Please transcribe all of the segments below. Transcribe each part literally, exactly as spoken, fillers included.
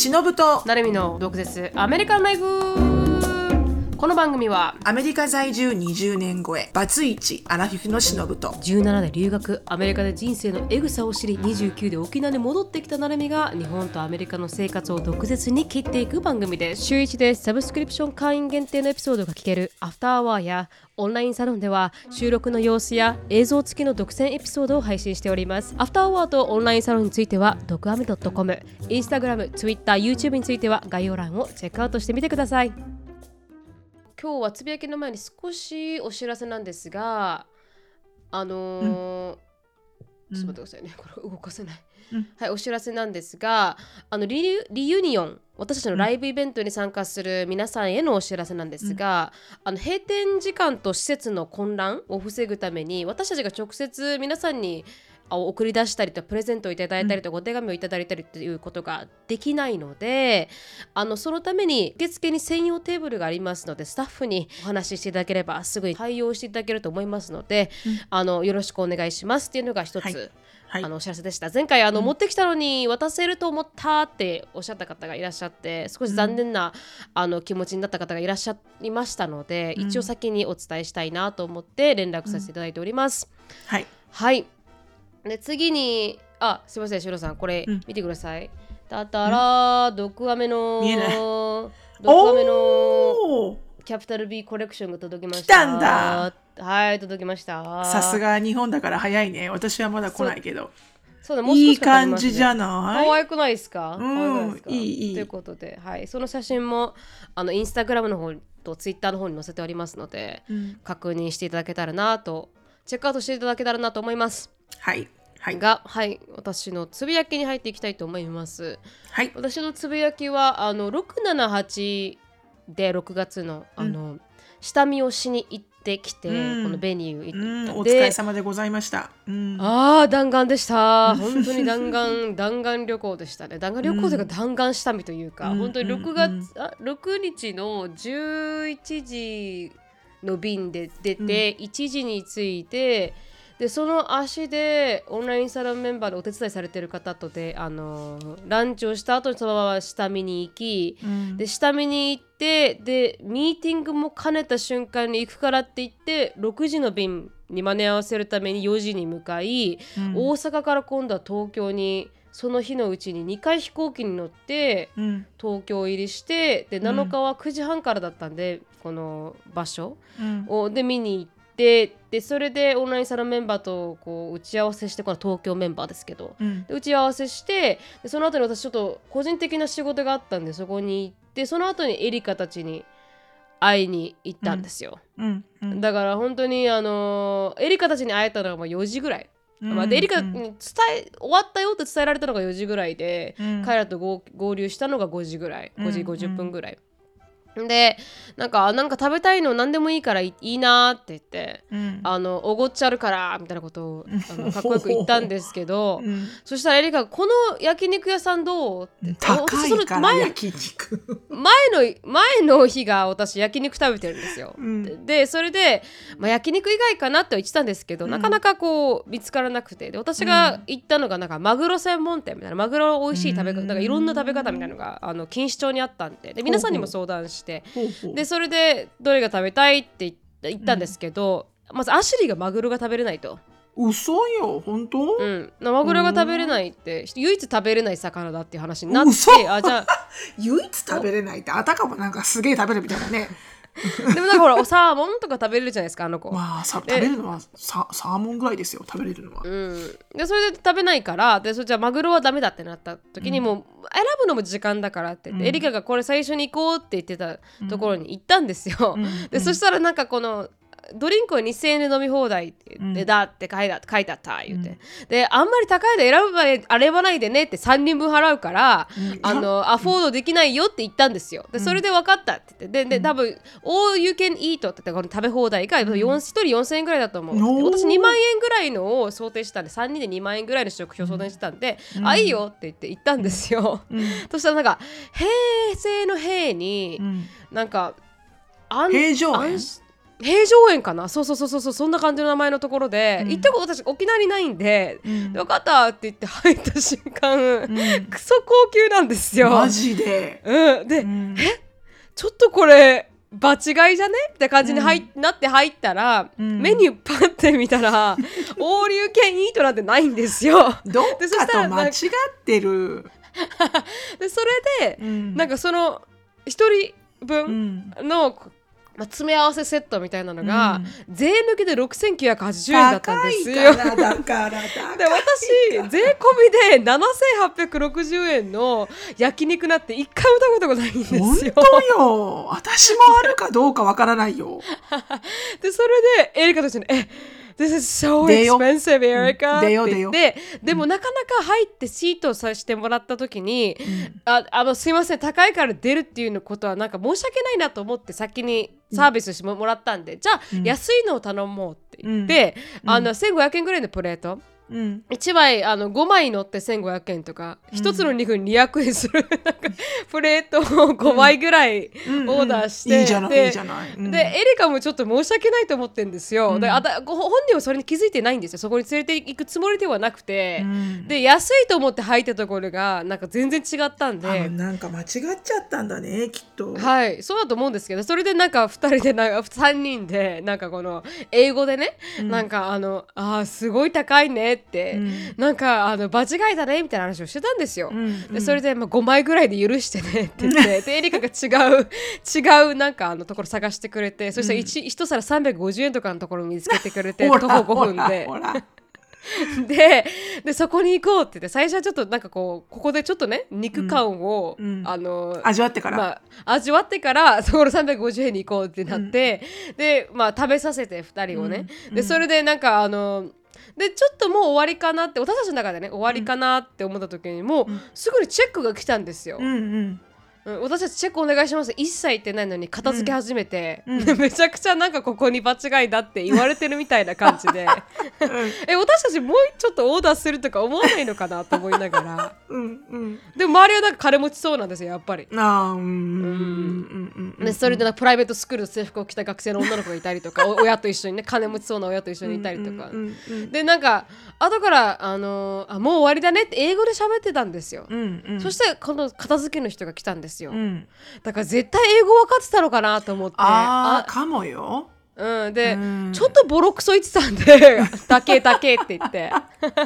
しのぶとなるみの毒舌アメリカンライフ。この番組はアメリカ在住にじゅうねん超えバツイチアラフィフのしのぶとじゅうななで留学、アメリカで人生のエグさを知りにじゅうきゅうで沖縄に戻ってきたなるみが日本とアメリカの生活を毒舌に切っていく番組です。週いちでサブスクリプション会員限定のエピソードが聞けるアフターアワーやオンラインサロンでは収録の様子や映像付きの独占エピソードを配信しております。アフターアワーとオンラインサロンについてはドクアメ .com、 インスタグラム、ツイッター、YouTube については概要欄をチェックアウトしてみてください。今日はつぶやきの前に少しお知らせなんですが、あのーうん、ちょっと待ってくださいね、これ動かせない、うん、はい、お知らせなんですが、あの リ, リユニオン、私たちのライブイベントに参加する皆さんへのお知らせなんですが、うん、あの閉店時間と施設の混乱を防ぐために私たちが直接皆さんに送り出したりとプレゼントをいただいたりとご手紙をいただいたりということができないので、あのそのために受付に専用テーブルがありますので、スタッフにお話ししていただければすぐに対応していただけると思いますので、うん、あのよろしくお願いしますっていうのが一つ、はいはい、あのお知らせでした。前回あの、うん、持ってきたのに渡せると思ったっておっしゃった方がいらっしゃって、少し残念な、うん、あの気持ちになった方がいらっしゃいましたので、うん、一応先にお伝えしたいなと思って連絡させていただいております、うん、はい、はいで次に、あ、すいません、シロさん、これ、うん、見てください。たたら、ドクアメの、ドクアメのキャピタル B コレクションが届きました。 来たんだ。 はい、届きました。 さすが日本だから早いね。私はまだ来ないけど。 そうだ、もう少しかかりますね。 いい感じじゃない？ 可愛くないですか？ うん、いいいい。 ということで、はい、その写真もあのインスタグラムの方とツイッターの方に載せておりますので、うん、確認していただけたらなと、チェックアウトしていただけたらなと思います。 はいはい、 が、はい、私のつぶやきに入っていきたいと思います。はい、私のつぶやきはあのろくななはちでろくがつの、あの、うん、下見をしに行ってきて、うん、このベニュー行って、 うん、お疲れ様でございました、うん、 あー弾丸でした。本当に弾丸弾丸旅行でしたね。弾丸旅行というか弾丸下見というか、うん、本当にろくがつ、うん、あろくにちのじゅういちじの便で出て、うん、いちじに着いて、でその足でオンラインサロンメンバーでお手伝いされてる方とで、あのー、ランチをした後にそのまま下見に行き、うん、で下見に行ってでミーティングも兼ねた瞬間に行くからって言ってろくじの便に間に合わせるためによじに向かい、うん、大阪から今度は東京にその日のうちににかい飛行機に乗って、うん、東京入りしてでなのかはくじはんからだったんで、この場所を、うん、で見に行ってで, でそれでオンラインサロンメンバーとこう打ち合わせして、この東京メンバーですけど、うん、で打ち合わせしてでその後に私ちょっと個人的な仕事があったんでそこに行って、その後にエリカたちに会いに行ったんですよ、うんうんうん、だから本当にあのー、エリカたちに会えたのがまあよじぐらい、うんまあ、でエリカに伝え終わったよって伝えられたのがよじぐらいで、うん、彼らと 合, 合流したのがごじぐらい、ごじごじゅっぷんぐらい、うんうんでなんかなんか食べたいの何でもいいからいいなって言って、うん、あのおごっちゃるからみたいなことをあのかっこよく言ったんですけど、うん、そしたらエリカがこの焼肉屋さんどうって高いから焼肉前の前の日が私焼肉食べてるんですよ、うん、でそれで、まあ、焼肉以外かなって言ってたんですけど、うん、なかなかこう見つからなくて、で私が行ったのがなんかマグロ専門店みたいな、マグロ美味しい食べ方、なんかいろんな食べ方みたいなのがあの錦糸町にあったんで、で皆さんにも相談してほうほうでそれでどれが食べたいって言ったんですけど、うん、まずアシュリーがマグロが食べれないと。 嘘よ本当？ うんマグロが食べれないって唯一食べれない魚だっていう話になって、あじゃあ唯一食べれないってあたかもなんかすげえ食べるみたいなねでもなんかほらサーモンとか食べれるじゃないですかあの子。 まあさ食べれるのはササーモンぐらいですよ食べれるのは、 うん、でそれで食べないからでそれじゃあマグロはダメだってなった時にもう、うん、選ぶのも時間だからって言って、うん、エリカがこれ最初に行こうって言ってたところに行ったんですよ、うん、で、うん、そしたらなんかこのドリンクはにせんえんで飲み放題って言って、うん、だって書いてあった言って、うん、であんまり高いの選ばないあればないでねってさんにんぶん払うから、うん、あのアフォードできないよって言ったんですよ。でそれで分かったって言ってでで多分 All you can eat って言ってこの食べ放題がひとりよんせんえんぐらいだと思う、うん、私にまんえんぐらいのを想定したんでさんにんでにまんえんぐらいの食費を想定してたんで、うん、あいいよって言って言ったんですよ、うん、そしたらなんか平成の平に、うん、なんか平常円平城園かな、そうそうそうそう、そんな感じの名前のところで、うん、行ったこと私沖縄にないんで、うん、よかったって言って入った瞬間、うん、クソ高級なんですよ。 マジで、 うん、で、うん、えちょっとこれ場違いじゃねって感じに入、うん、なって入ったら、うん、メニューパンって見たらオールユーキャンイートなんてないんですよ。 どっかと間違ってる。 でそれで、うん、なんかその一人分の、うんまあ、詰め合わせセットみたいなのが、うん、税抜きでろくせんきゅうひゃくはちじゅうえんだったんですよ。 高いからだからだからで私税込みでななせんはっぴゃくろくじゅうえんの焼肉なんて一回も食べたことないんですよ。 本当よ、私もあるかどうかわからないよ。 でそれでエリカとしてね、えThis is so expensive, Erica って言って、でもなかなか入ってシートをさせてもらった時に、うん、ああのすいません高いから出るっていうのことはなんか申し訳ないなと思って先にサービスしてもらったんで、うん、じゃあ、うん、安いのを頼もうって言って、うん、あのせんごひゃくえんぐらいのプレート、うん、いちまいあのごまい乗ってせんごひゃくえんとか、うん、ひとつの肉ににひゃくえんするなんかプレートをごまいぐらいオーダーして、うんうんうん、いいじゃないいいじゃない、うん、でエリカもちょっと申し訳ないと思ってるんですよ、うん、であた本人はそれに気づいてないんですよ。そこに連れて行くつもりではなくて、うん、で安いと思って入ったところがなんか全然違ったんで、 あなんか間違っちゃったんだねきっと。 はいそうだと思うんですけど、それでなんかふたりでなんかさんにんでなんかこの英語でね、うん、なんかあのあすごい高いねって、うんなんかあの場違いだねみたいな話をしてたんですよ、うんうん、でそれで、まあ、ごまいぐらいで許してねって言ってでエリカが違う違うなんかあのところ探してくれて、そしたら 1, 1皿さんびゃくごじゅうえんとかのところを見つけてくれて徒歩ごふんでで, でそこに行こうって言って、最初はちょっとなんかこうここでちょっとね肉感を、うん、あの味わってから、 まあ、味わってからそこのさんびゃくごじゅうえんに行こうってなって、うん、で、まあ、食べさせてふたりをね、うん、でそれでなんかあのでちょっともう終わりかなって私たちの中でね終わりかなって思った時にもう、うん、すぐにチェックが来たんですよ、うんうんうん、私たちチェックお願いします一切言ってないのに片付け始めて、うん、めちゃくちゃなんかここに場違いだって言われてるみたいな感じで、うん、え私たちもうちょっとオーダーするとか思わないのかなと思いながら、うんうん、でも周りはなんか金持ちそうなんですよやっぱり。あうんうんでそれでなんかプライベートスクールの制服を着た学生の女の子がいたりとか親と一緒にね金持ちそうな親と一緒にいたりとか、うんうんうん、でなんか後からあのー、あもう終わりだねって英語で喋ってたんですよ、うんうん、そしてこの片付けの人が来たんですよ、うん、だから絶対英語分かってたのかなと思って、 ああかもよ、 うん、で、うん、ちょっとボロクソ言ってたんでだけだけって言って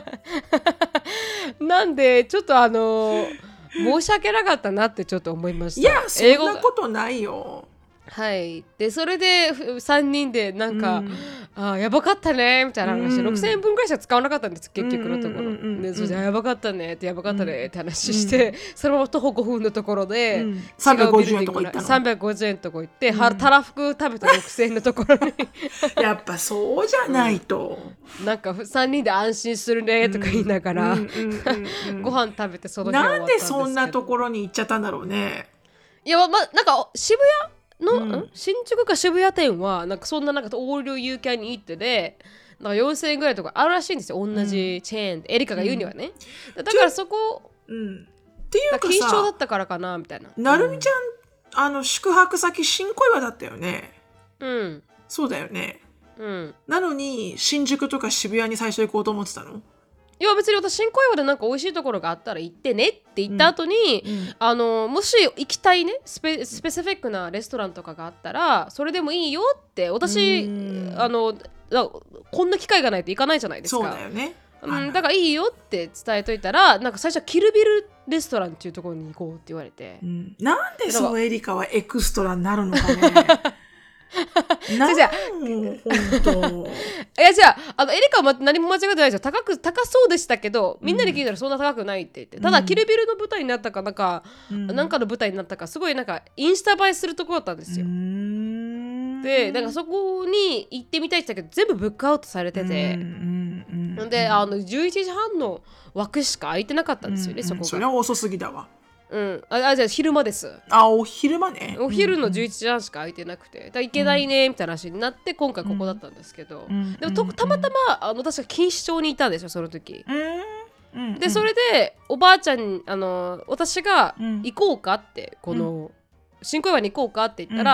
なんでちょっとあのー、申し訳なかったなってちょっと思いました。 いやそんなことないよ。 はいでそれでさんにんでなんか、うん、あやばかったねみたいな話、うん、ろくせんえんぶんぐらいしか使わなかったんです結局のところ、うんうんうんうん、でそれでやばかったねってやばかったねって話して、うん、そのまま徒歩ごふんのところで、うん、 さんびゃくごじゅうえんとこ行ったのさんびゃくごじゅうえんとこ行って、うん、たらふく食べたろくせんえんのところにやっぱそうじゃないと、 うん、なんかさんにんで安心するねとか言いながら、うんうんうんうん、ご飯食べてその日終わったんですけど、 なんでそんなところに行っちゃったんだろうね。 いやまなんか渋谷の、うん、新宿か渋谷店はなんかそんななんかオールユーキャンに行ってでなんかよんせんえんぐらいとかあるらしいんですよ同じチェーンで、うん、エリカが言うにはね、うん、だからそこ、うん、っていうかさ錦糸町だったからかなみたいな。 なるみちゃん、うん、あの宿泊先新小岩だったよね。うんそうだよね、うん、なのに新宿とか渋谷に最初行こうと思ってたの？ いや別に私新小岩でなんか美味しいところがあったら行ってねって言った後に、うんうん、あのもし行きたいねスペ、スペシフィックなレストランとかがあったらそれでもいいよって私あのこんな機会がないと行かないじゃないですか。 そうだよね、 うん、だからいいよって伝えといたらなんか最初はキルビルレストランっていうところに行こうって言われて、 うん、なんでそのエリカはエクストラになるのかねなんじゃ本当いやじゃあ、あのエリカは何も間違ってないですよ。高く高そうでしたけどみんなに聞いたらそんな高くないって言って、うん、ただキルビルの舞台になったかなんか、うん、なんかの舞台になったかすごいなんかインスタ映えするところだったんですよ。でなんかそこに行ってみたいって言ったけど全部ブックアウトされてて、うんうん、であのじゅういちじはんの枠しか空いてなかったんですよね、うんうん、そこが。 それは遅すぎだわ。 うん、ああじゃあ昼間です。 あお昼間ね。 お昼のじゅういちじはんしか空いてなくて、だから行けないねみたいな話になって今回ここだったんですけど、うん、でもとたまたまあの私は錦糸町にいたんですよその時、うん、でそれでおばあちゃんにあの私が行こうかってこの、うん、新小岩に行こうかって言ったら、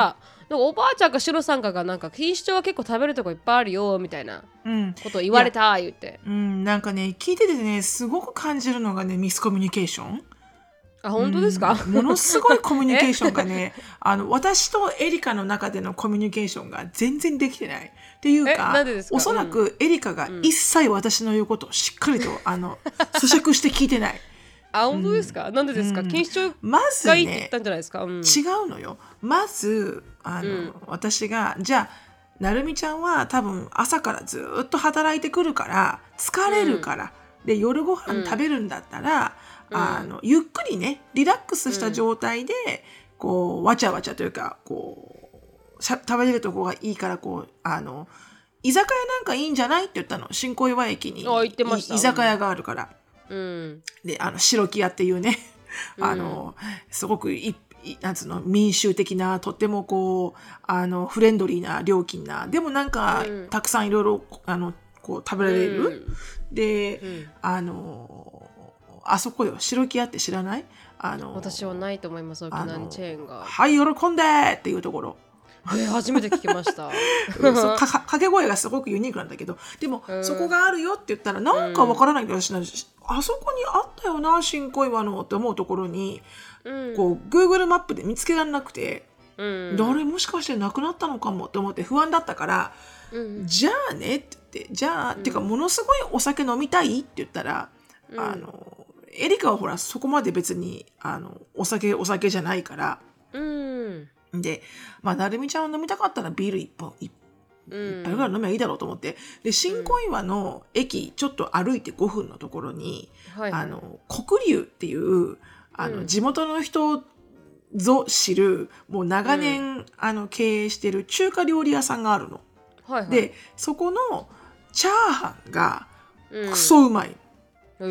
なんかおばあちゃんかシロさんかがなんか錦糸町は結構食べるとこいっぱいあるよみたいなことを言われた、うん、言って、 うん、なんかね聞いててねすごく感じるのがねミスコミュニケーション。 あ、本当ですか？ うん、ものすごいコミュニケーションがねあの私とエリカの中でのコミュニケーションが全然できてないっていうか、 なんでですか？ おそらくエリカが一切私の言うことをしっかりと、うん、あの咀嚼して聞いてない。 あ、本当ですか？うん、なんでですか？錦糸町がいいって言ったんじゃないですか？うん、 違うのよ。まずあの、うん、私がじゃあなるみちゃんは多分朝からずっと働いてくるから疲れるから、うん、で夜ご飯食べるんだったら、うん、あのゆっくりねリラックスした状態で、うん、こうわちゃわちゃというかこう食べれるとこがいいからこうあの居酒屋なんかいいんじゃないって言ったの。新小岩駅に居酒屋があるから、うん、であの白木屋っていうねあの、うん、すごくいなんつうの民衆的なとってもこうあのフレンドリーな料金なでもなんか、うん、たくさんいろいろあのこう食べられる、うん、で、うん、あのあそこよ白木屋って知らない？あの私はないと思います。沖縄にチェーンがはい喜んでっていうところえー、初めて聞きましたそうか掛け声がすごくユニークなんだけどでも、うん、そこがあるよって言ったらなんかわからないけど、うん、私あそこにあったよな新小岩のって思うところに、うん、こう Google マップで見つけられなくて、うん、誰もしかしてなくなったのかもって思って不安だったから、うん、じゃあねって言ってじゃあ、うん、っていうかものすごいお酒飲みたいって言ったら、うん、あのエリカはほらそこまで別にあのお酒お酒じゃないから、うんで、まあ、なるみちゃんを飲みたかったらビール一本一杯ぐらい飲めばいいだろうと思って、で新小岩の駅ちょっと歩いてごふんのところに、うん、あの黒龍っていうあの、うん、地元の人ぞ知るもう長年、うん、あの経営してる中華料理屋さんがあるの、はいはい、でそこのチャーハンがクソうまい、うん、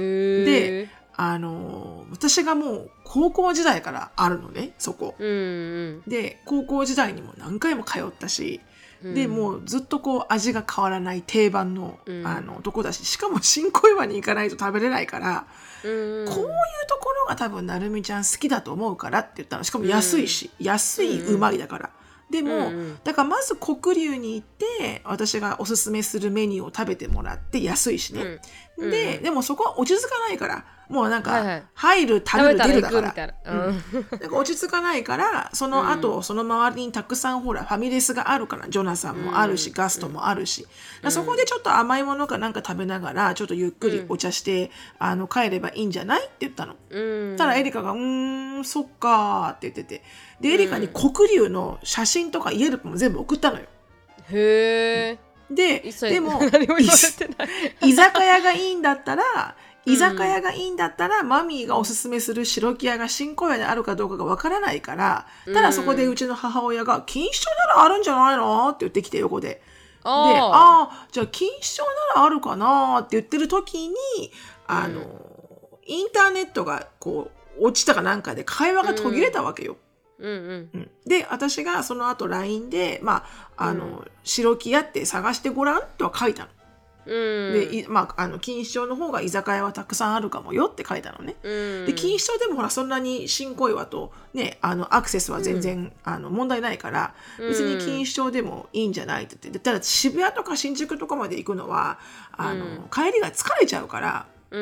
であの私がもう高校時代からあるのねそこ、うんうん、で高校時代にも何回も通ったし、うん、でもうずっとこう味が変わらない定番の、うん、あのとこだししかも新小岩に行かないと食べれないから、うん、こういうところが多分なるみちゃん好きだと思うからって言ったの。しかも安いし、うん、安いうまいだから、でも、うん、だからまず黒龍に行って私がおすすめするメニューを食べてもらって安いしね、うん、で、うん、でもそこは落ち着かないからもうなんか、はいはい、入る食べる出るだから、うん、なんか落ち着かないからその後、うん、その周りにたくさんほらファミレスがあるからジョナサンもあるし、うん、ガストもあるし、うん、そこでちょっと甘いものかなんか食べながらちょっとゆっくりお茶して、うん、あの帰ればいいんじゃないって言ったの、うん、たらエリカがうーんそっかって言っててでエリカに黒龍の写真とかイエルプも全部送ったのよ。 へーででも居酒屋がいいんだったら居酒屋がいいんだったら、うん、マミーがおすすめする白木屋が新小岩であるかどうかがわからないからただそこでうちの母親が錦糸町ならあるんじゃないのって言ってきて横ででああじゃあ錦糸町ならあるかなって言ってる時にあの、うん、インターネットがこう落ちたかなんかで会話が途切れたわけよ、うんうんうん、で私がその後 ライン で、まあ、あの、うん、白木屋って探してごらんとは書いたの。うん、でまあ、あの錦糸町の方が居酒屋はたくさんあるかもよって書いたのね、うん、で錦糸町でもほらそんなに新小岩と、ね、あのアクセスは全然、うん、あの問題ないから別に錦糸町でもいいんじゃないって言ってただ渋谷とか新宿とかまで行くのはあの、うん、帰りが疲れちゃうから、うん、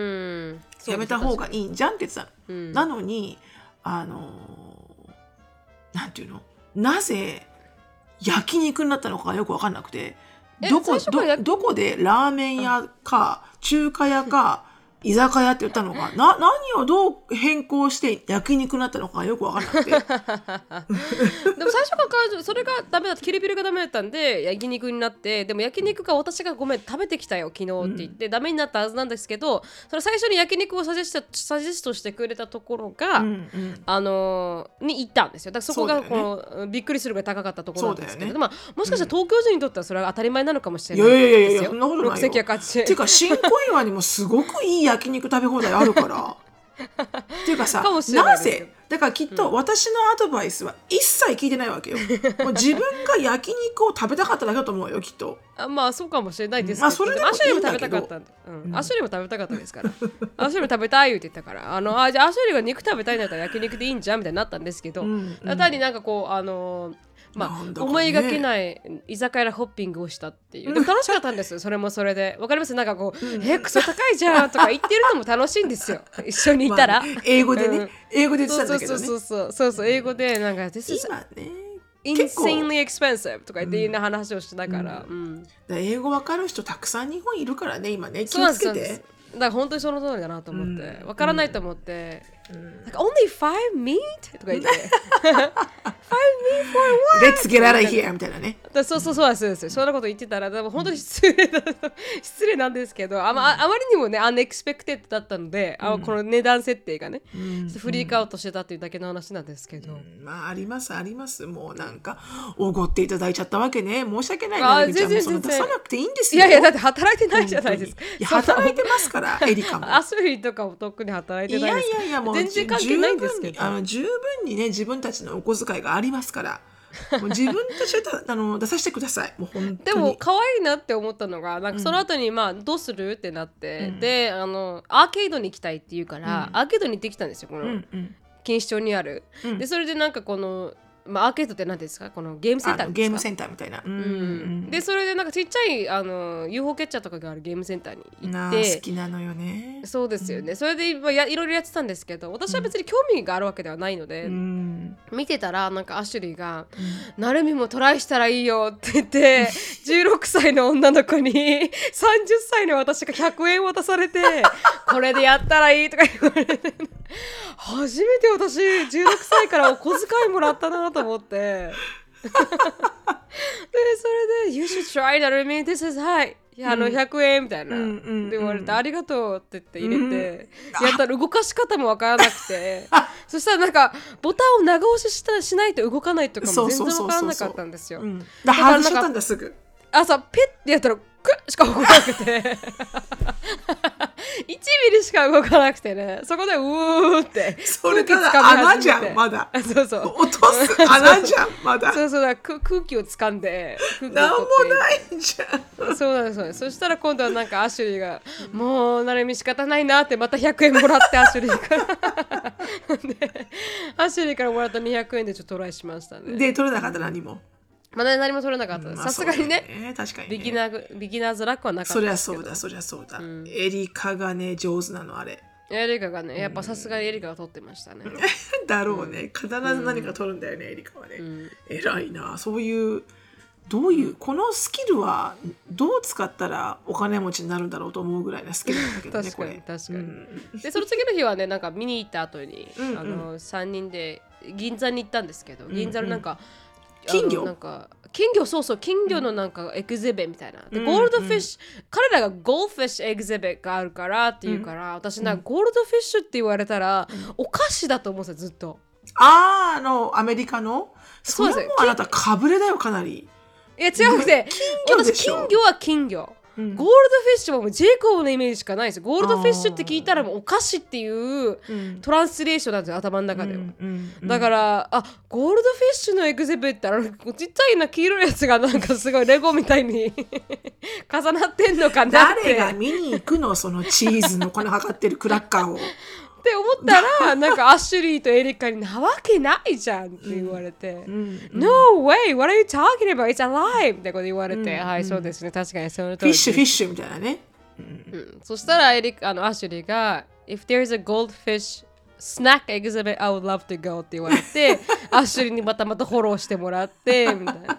やめた方がいいんじゃんって言ってたの、うん、なのにあのなんていうのなぜ焼肉になったのかがよく分かんなくてどこ、ど、どこでラーメン屋か中華屋か居酒屋って言ったのかな何をどう変更して焼肉になったのかよく分からなくてでも最初からそれがダメだったキルビルがダメだったんで焼肉になってでも焼肉が私がごめん食べてきたよ昨日って言って、うん、ダメになったはずなんですけどそれ最初に焼肉をサジェスト、サジェストしてくれたところが、うんうん、あのー、に行ったんですよ。だからそこがこの、ね、びっくりするぐらい高かったところなんですけど、ねまあ、もしかしたら東京人にとってはそれは当たり前なのかもしれないですよ。いやいやいやいやそんなことないよ。ろくせんきゅうひゃくはちじゅうえんていうか新小岩にもすごくいい焼肉食べ放題あるからっていうかさかなぜだからきっと私のアドバイスは一切聞いてないわけよもう自分が焼肉を食べたかっただけだと思うよきっとあまあそうかもしれないですけど、まあ、それでもいいんだけどアシュリーも食べたかったんで、うんうん、アシュリーも食べたかったですからアシュリーも食べたいって言ったからあのあじゃあアシュリーが肉食べたいんだったら焼肉でいいんじゃんみたいになったんですけど、うんうん、単になんかこうあのまあ、 なんだかね思いがけない居酒屋ホッピングをしたっていう。でも楽しかったんですよ。それもそれで。わかります？なんかこう、え、クソ高いじゃんとか言ってるのも楽しいんですよ。一緒にいたら。 まあね英語でね、 うん英語で言ってたんだけどね。 そうそうそうそうそうそう、英語でなんか This is 今ね、結構 insanely expensive とか言っていろんな話をしてたから。うんだから英語わかる人たくさん日本いるからね、今ね。気そうなをつけんですそうなんですて。 だから本当にその通りだなと思って、 うんわからないと思って、 うん like only five meat とか言って Let's get out of here みたいなね。 だそうそうそうですそうですそんなこと言ってたらでも本当に失礼だ失礼なんですけどあ,、まあ、あまりにもねアンエクスペクテッドだったので、あこの値段設定がね、 うんフリークアウトしてたっていうだけの話なんですけど、 まあありますあります。もうなんかおごっていただいちゃったわけね。申し訳ないあな。エリちゃんも全然そんな出全然さなくていいんですよ。 いやいやだって働いてないじゃないですか。 いや働いてますからエリカも。 アスリートとかもとっくに働いていやいないですやいやもう全然関係ないんですけど十分にあの十分にね自分たちのお小遣いがありますから。もう自分たちであの出させてください。もう本当に。 でも可愛いなって思ったのがなんかその後にまあどうするってなって、であのアーケードに行きたいっていうから、アーケードに行ってきたんですよこのうんうん錦糸町にある、でそれでなんかこの、まあ、アーケードって何ですかこのゲームセンターですかゲームセンターみたいな。うんうんでそれでなんかちっちゃいあの ユーフォー キャッチャーとかがあるゲームセンターに行なあって好きなのよね。 そうですよね、それでまあやいろいろやってたんですけど私は別に興味があるわけではないので、 うん見てたらなんかアシュリーが「なるみもトライしたらいいよ」って言ってじゅうろくさいの女の子にさんじゅっさいの私がひゃくえん渡されて「これでやったらいい」とか言われて初めて私じゅうろくさいからお小遣いもらったなと思って。でそれで「You should try なるみ This is high」あのひゃくえんみたいな、 うんうんうんで言われて「ありがとう」って言って入れて、やったら動かし方もわからなくてそしたらなんかボタンを長押ししたしないと動かないとかも全然わからなかったんですよ。 うんだから外しちゃったんだすぐ。 朝ピッてやったらクッしか動かなくていちミリしか動かなくてね、そこでうーってそれた空気掴み始めてだ穴じゃんまだ。 そうそう落とす穴じゃんまだ。 そうそうだ空空気を掴んで空気をなんも取ってないじゃん。 そうなんですそうなんですそしたら今度はなんかアシュリーがもうなるみ仕方ないなってまたひゃくえんもらってアシュリーからでアシュリーからもらったにひゃくえんでちょっとトライしましたね。 で取れなかった何も。 まだ何も取れなかったです。 まあさすがにねそうだよね確かにねビギナービギナーズラックはなかったそりゃですけど。 そうだそりゃそうだ。エリカがね上手なのあれ。 エリカがねやっぱさすがにエリカが取ってましたね。 だろうね必ず何か取るんだよねエリカはね。偉いなそういうどういうこのスキルはどう使ったらお金持ちになるんだろうと思うぐらいなスキルなんだけどね確かにこれ。 確かに、 うんでその次の日はねなんか見に行った後に、 うんうんあのさんにんで銀座に行ったんですけど、銀座のなんか金魚あのなんか金魚そうそう金魚のなんかエグゼベみたいな、でうんゴールドフィッシュ、彼らがゴールドフィッシュエグゼベがあるからっていうから、私なんかゴールドフィッシュって言われたら、お菓子だと思うんですよずっと。 あーあのアメリカのそれそうですもあなたかぶれだよかなり。 いや違うくて金魚でしょ私金魚は金魚、 うんゴールドフィッシュはもうジェイコブのイメージしかないですよ。ゴールドフィッシュって聞いたらもうお菓子っていううんトランスレーションなんですよ頭の中では、 うんうんうんだからあゴールドフィッシュのエグゼベってあのちっちゃいな黄色いやつがなんかすごいレゴみたいに重なってんのかなって誰が見に行くのそのチーズの粉かかってるクラッカーを。 って思ったらなんかアッシュリーとエリカになわけないじゃんって言われて、 うん No way! What are you talking about? It's alive! ってこと言われて、はいそうですね確かにその通りフィッシュフィッシュみたいなね。 うんそしたらエリカあのアシュリーが If there's a goldfish snack exhibit I would love to go って言われてアッシュリーにまたまたフォローしてもらってみたいな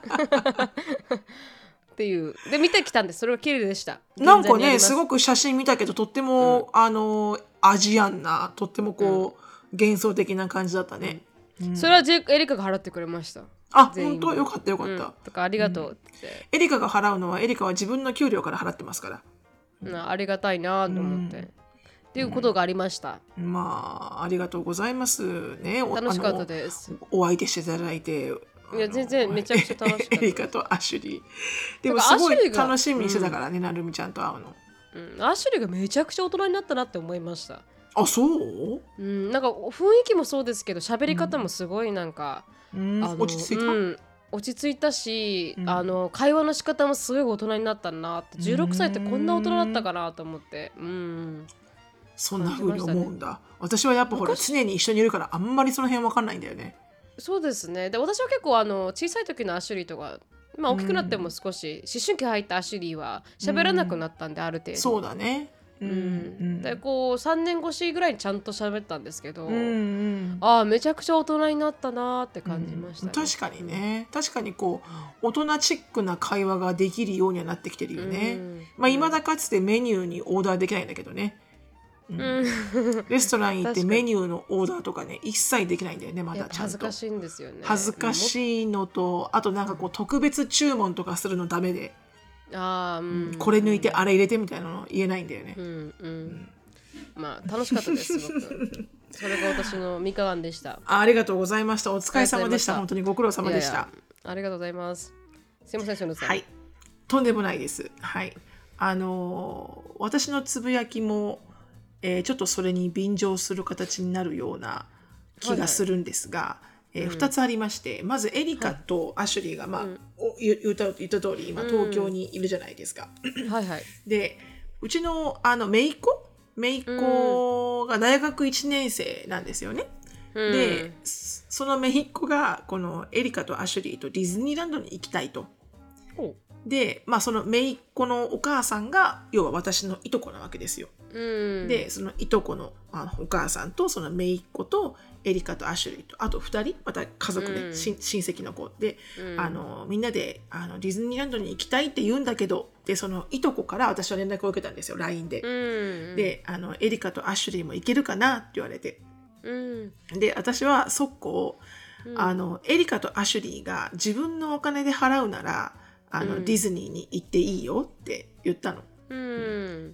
っていうで見てきたんです。それは綺麗でした。 なんかねすくごく写真見たけどとっても、あのアジアンなとってもこう、幻想的な感じだったね。 それはジェイエリカが払ってくれました。 あ全員本当よかったよかった。 うんとかありがとうって、 エリカが払うのはエリカは自分の給料から払ってますから。 うんありがたいなと思って、っていうことがありました。 まあありがとうございますね。お楽しかったあです。 のお相手していただいて。 いや全然めちゃくちゃ楽しかったエリカとアシュリー。でもだからすごいアシュリーが楽しみにしてたからね、なるみちゃんと会うの。 うん、アッシュリーがめちゃくちゃ大人になったなって思いました。 あそう？ うん、なんか雰囲気もそうですけど喋り方もすごいなんか、 うんあの落ち着いた。 うん、落ち着いたし、 うんあの会話の仕方もすごい大人になったなってじゅうろくさいってこんな大人だったかなと思って、うん、 そんな風に思うんだ。私はやっぱほら常に一緒にいるからあんまりその辺わかんないんだよね。 そうですね。で私は結構あの小さい時のアシュリーとか、まあ、大きくなっても少し、思春期入ったアシュリーは喋らなくなったんで、ある程度。 そうだね。 うんうん、でこうさんねん越しぐらいにちゃんと喋ったんですけど、 うんうん、 ああめちゃくちゃ大人になったなって感じましたね、 うん、確かにね、確かにこう大人チックな会話ができるようにはなってきてるよね、うん、まあ未だかつてメニューにオーダーできないんだけどね、うんうん、レストラン行ってメニューのオーダーとかね一切できないんだよね、まだちゃんと。 恥ずかしいんですよね。 恥ずかしいのと、あとなんかこう特別注文とかするのダメで、 あ、うん、 これ抜いてあれ入れてみたいなの言えないんだよね、 うんうんうん、まあ楽しかったですすごくそれが私のみかんでした。 あ, ありがとうございました。お疲れ様でした。本当にご苦労様でした。 いやいやありがとうございます。すいません、しのさん。 はい、とんでもないです。はい、あのー、私のつぶやきも、えー、ちょっとそれに便乗する形になるような気がするんですが、はいえー、ふたつありまして、うん、まずエリカとアシュリーが、まあうん、言, 言, った言った通り今東京にいるじゃないですか、 うん、はいはい。 でうちのあの姪っ子姪っ子が大学いちねん生なんですよね、うん、でその姪っ子がこのエリカとアシュリーとディズニーランドに行きたいと。で、まあ、その姪っ子のお母さんが要は私のいとこなわけですよ、うん、でそのいとこの、あのお母さんとその姪っ子とエリカとアシュリーとあとふたりまた家族で、うん、親戚の子で、うん、あのみんなであのディズニーランドに行きたいって言うんだけど、でそのいとこから私は連絡を受けたんですよ ライン で、うん、であのエリカとアシュリーも行けるかなって言われて、うん、で私は速攻、うん、あのエリカとアシュリーが自分のお金で払うならあの、うん、ディズニーに行っていいよって言ったの、うん、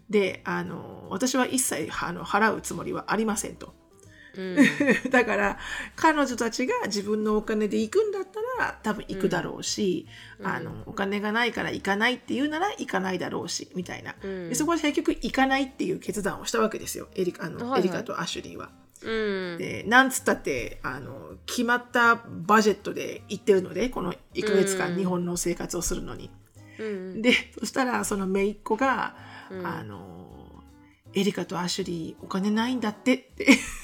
であの私は一切あの払うつもりはありませんと、うん、だから彼女たちが自分のお金で行くんだったら多分行くだろうし、うん、あのお金がないから行かないって言うなら行かないだろうしみたいな、うん、でそこで結局行かないっていう決断をしたわけですよ、エリカ、あの、はいはい、エリカとアシュリーは。うん、でなんつったってあの決まったバジェットで行ってるのでこのいっかげつかん日本の生活をするのに、うん、でそしたらその姪っ子が、うん、あのエリカとアシュリーお金ないんだってって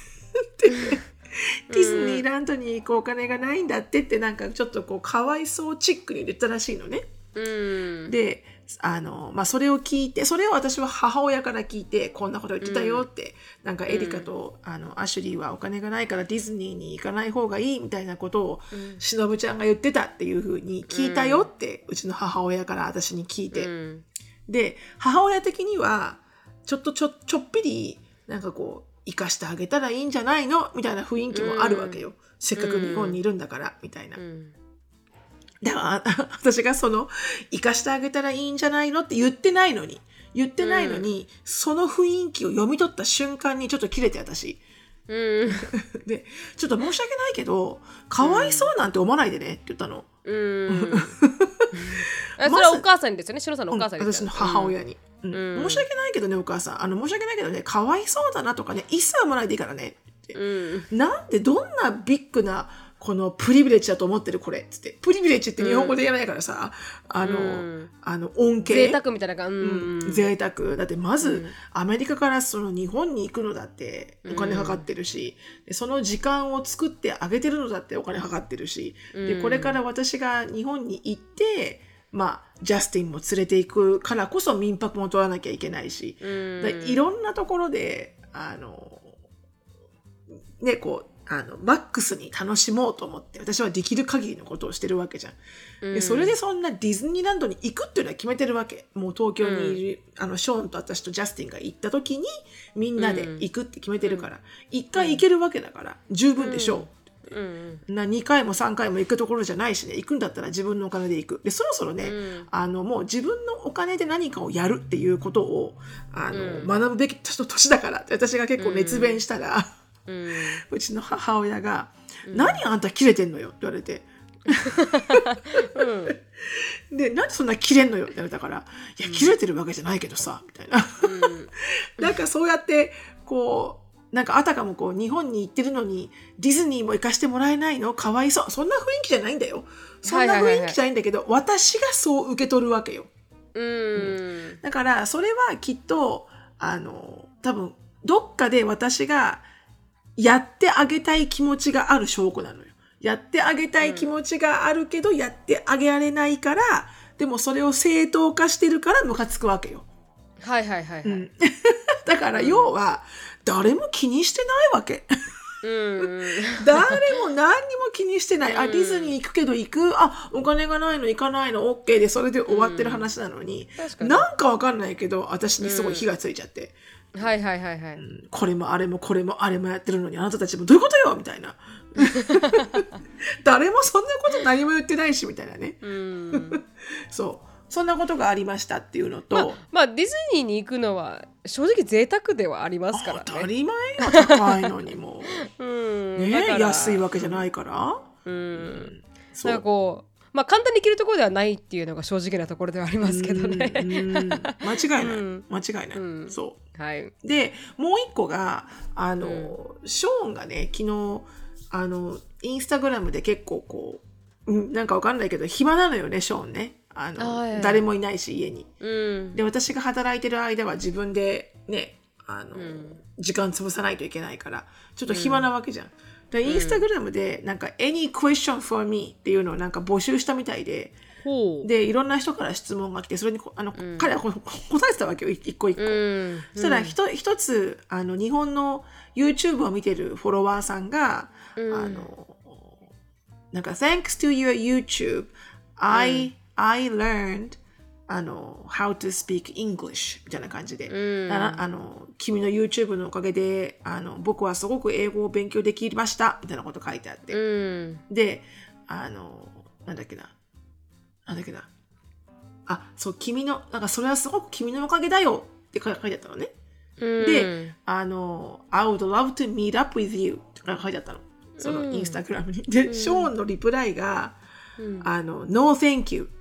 ディズニーランドに行くお金がないんだってってなんかちょっとこうかわいそうチックに言ったらしいのね、うん、であの、まあ、それを聞いてそれを私は母親から聞いてこんなこと言ってたよって、うん、なんかエリカと、うん、あのアシュリーはお金がないからディズニーに行かない方がいいみたいなことを、うん、しのぶちゃんが言ってたっていう風に聞いたよって、うん、うちの母親から私に聞いて、うん、で母親的にはちょっとちょ、ちょっぴりなんかこう生かしてあげたらいいんじゃないのみたいな雰囲気もあるわけよ、うん、せっかく日本にいるんだからみたいな、うんだから私がその生かしてあげたらいいんじゃないのって言ってないのに言ってないのに、うん、その雰囲気を読み取った瞬間にちょっと切れて私、うん、でちょっと申し訳ないけどかわいそうなんて思わないでねって言ったの、うん、 それはお母さんにですよね、しのさんのお母さんに、 うん、私の母親に、うんうん、申し訳ないけどねお母さんあの申し訳ないけどねかわいそうだなとかね一切思わないでいいからねって、うん、なんでどんなビッグなこのプリビレッジだと思ってるこれっつってプリビレッジって日本語で言わないからさ、うん、あの、うん、あの恩恵贅沢みたいな感じ、うんうん、贅沢だってまず、うん、アメリカからその日本に行くのだってお金かかってるし、うん、でその時間を作ってあげてるのだってお金かかってるし、うん、でこれから私が日本に行ってまあジャスティンも連れて行くからこそ民泊も取らなきゃいけないし、うん、だいろんなところであのねこうあのマックスに楽しもうと思って私はできる限りのことをしてるわけじゃん、うん、でそれでそんなディズニーランドに行くっていうのは決めてるわけ。もう東京にいる、うん、あのショーンと私とジャスティンが行った時にみんなで行くって決めてるから一、うん、回行けるわけだから十分でしょう、うんうん、なにかいもさんかいも行くところじゃないしね、行くんだったら自分のお金で行く。でそろそろね、うん、あのもう自分のお金で何かをやるっていうことをあの、うん、学ぶべき年だからって私が結構熱弁したら、うんうん、うちの母親が、うん、何あんたキレてんのよって言われて、うん、でなんでそんなキレんのよって言われたから、いやキレてるわけじゃないけどさみたいな、うん、なんかそうやってこうなんかあたかもこう日本に行ってるのにディズニーも行かしてもらえないのかわいそう、そんな雰囲気じゃないんだよ、そんな雰囲気じゃないんだけど、はいはいはいはい、私がそう受け取るわけよ、うんうん、だからそれはきっとあの多分どっかで私がやってあげたい気持ちがある証拠なのよ。 やってあげたい気持ちがあるけど、うん、やってあげられないから、でもそれを正当化してるからムカつくわけよ。 はいはいはいはい、うん、 だから要は誰も気にしてないわけ。うん、誰も何にも気にしてない、うん、あディズニー行くけど行く、あお金がないの行かないの OK でそれで終わってる話なのに、うん、なんかわかんないけど私にすごい火がついちゃって、 うん、はいはいはいはい、うん、 これもあれもこれもあれもやってるのにあなたたちもどういうことよみたいな誰もそんなこと何も言ってないしみたいなね、うん、そうそんなことがありましたっていうのと、 まあ、まあディズニーに行くのは正直贅沢ではありますからね。 当たり前よ高いのにもうんね安いわけじゃないから、うん、うん、 そうなんかこうまあ簡単に行けるところではないっていうのが正直なところではありますけどね。うんうん間違いない、うん、間違いない、うん、そう、はい、でもう一個があの、うん、ショーンがね昨日あのインスタグラムで結構こう、うん、なんかわかんないけど暇なのよねショーンねあのあ誰もいないし家に、うん、で私が働いてる間は自分でねあの、うん、時間潰さないといけないからちょっと暇なわけじゃん、うん、でインスタグラムでなんか Any question for me っていうのをなんか募集したみたいで、うん、でいろんな人から質問が来てそれにあの、うん、彼は答えてたわけよ一個一個、うん、そしたら一つあの日本の YouTube を見てるフォロワーさんが、うん、あのなんか Thanks to your YouTube I、うんI learned あの how to speak English みたいな感じで、うん、あの君の YouTube のおかげであの僕はすごく英語を勉強できましたみたいなこと書いてあって、うん、であのなんだっけななんだっけなあそう君のなんかそれはすごく君のおかげだよって書いてあったのね、うん、であの I would love to meet up with you って書いてあったのそのインスタグラムにで、うん、ショーンのリプライが、うん、あの No thank you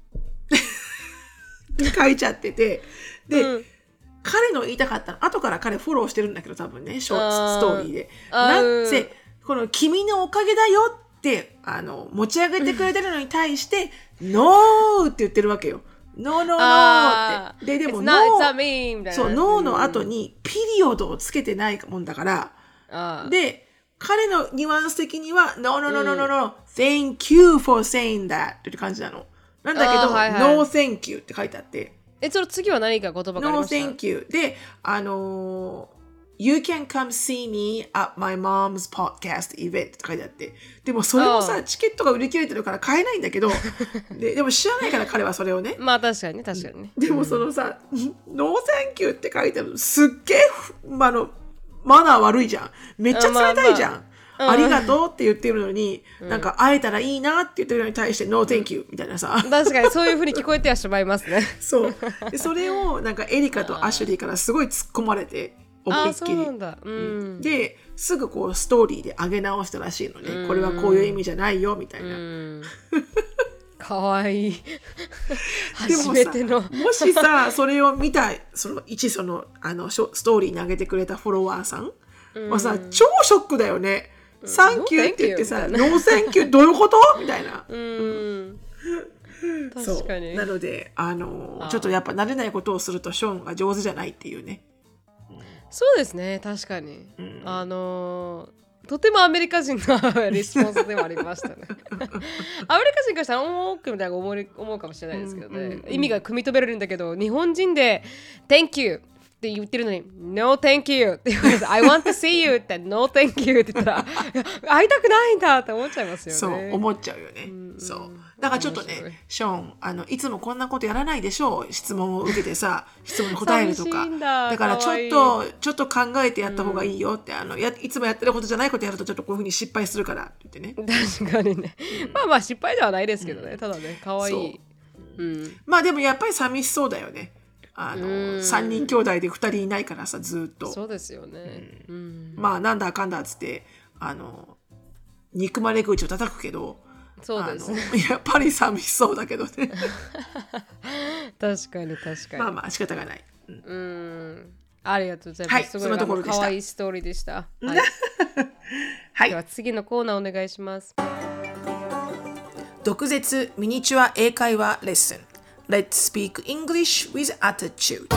書いちゃっててで、うん、彼の言いたかったの後から彼フォローしてるんだけど多分ねショートストーリーでなぜこの君のおかげだよってあの持ち上げてくれてるのに対してノーって言ってるわけよノーノーノーってででもノーそうノーの後にピリオドをつけてないもんだからで彼のニュアンス的には No no no no no no thank you for saying that って感じなのなんだけど、はいはい、No thank you って書いてあって。 え、その次は何か言葉がありました？ No thank you で、あのー、You can come see me at my mom's podcast event って書いてあって。でもそれもさ、チケットが売り切れてるから買えないんだけど、で, でも知らないから彼はそれをね。 まあ確かにね、確かにね。 でもそのさ、うん、No thank you って書いてあるの、すっげえ、あの、マナー悪いじゃん。めっちゃ冷たいじゃん。まあまあありがとうって言ってるのに、うん、なんか会えたらいいなって言ってるのに対して No thank you みたいなさ確かにそういう風に聞こえてはしまいますねそうでそれをなんかエリカとアシュリーからすごい突っ込まれて思いっきり、うん、ですぐこうストーリーで上げ直したらしいのね、うん、これはこういう意味じゃないよみたいな、うん、 かわいい初めてのもしさそれを見たその一そのあのストーリーに上げてくれたフォロワーさんはさ、うん、超ショックだよねサンキューって言ってさ、ノーサンキューどういうことみたいな。うん。確かに。なので、あのー、ちょっとやっぱ慣れないことをするとショーンが上手じゃないっていうね。 そうですね、確かに。うん、あのー、とてもアメリカ人のリスポンスでもありましたね。アメリカ人からしたら、おーくみたいな思う、思うかもしれないですけどね、うんうんうん。意味が汲み止められるんだけど、日本人で、Thank youって言ってるのに No thank you って言われて I want to see you って No thank you って言ったら会いたくないんだって思っちゃいますよね。 そう思っちゃうよね、うん、そうだからちょっとねショーンあのいつもこんなことやらないでしょう質問を受けてさ質問に答えるとかだ, だからちょっとちょっと考えてやった方がいいよって、うん、あのやいつもやってることじゃないことやるとちょっとこういうふうに失敗するからって言ってね確かにね、うん、まあまあ失敗ではないですけどね、うん、ただね可愛い、 うん、まあでもやっぱり寂しそうだよねあのさんにん兄弟でふたりいないからさずっとそうですよね、 うんうん、まあなんだかんだっつってあの憎まれ口を叩くけどそうですねやっぱり寂しそうだけどね確かに確かにまあまあ仕方がない、 うん、うんありがとうございます、はい、すごいあの可愛いストーリーでした、はい、はい、では次のコーナーお願いします。 毒舌ミニチュア英会話レッスンLet's speak English with attitude、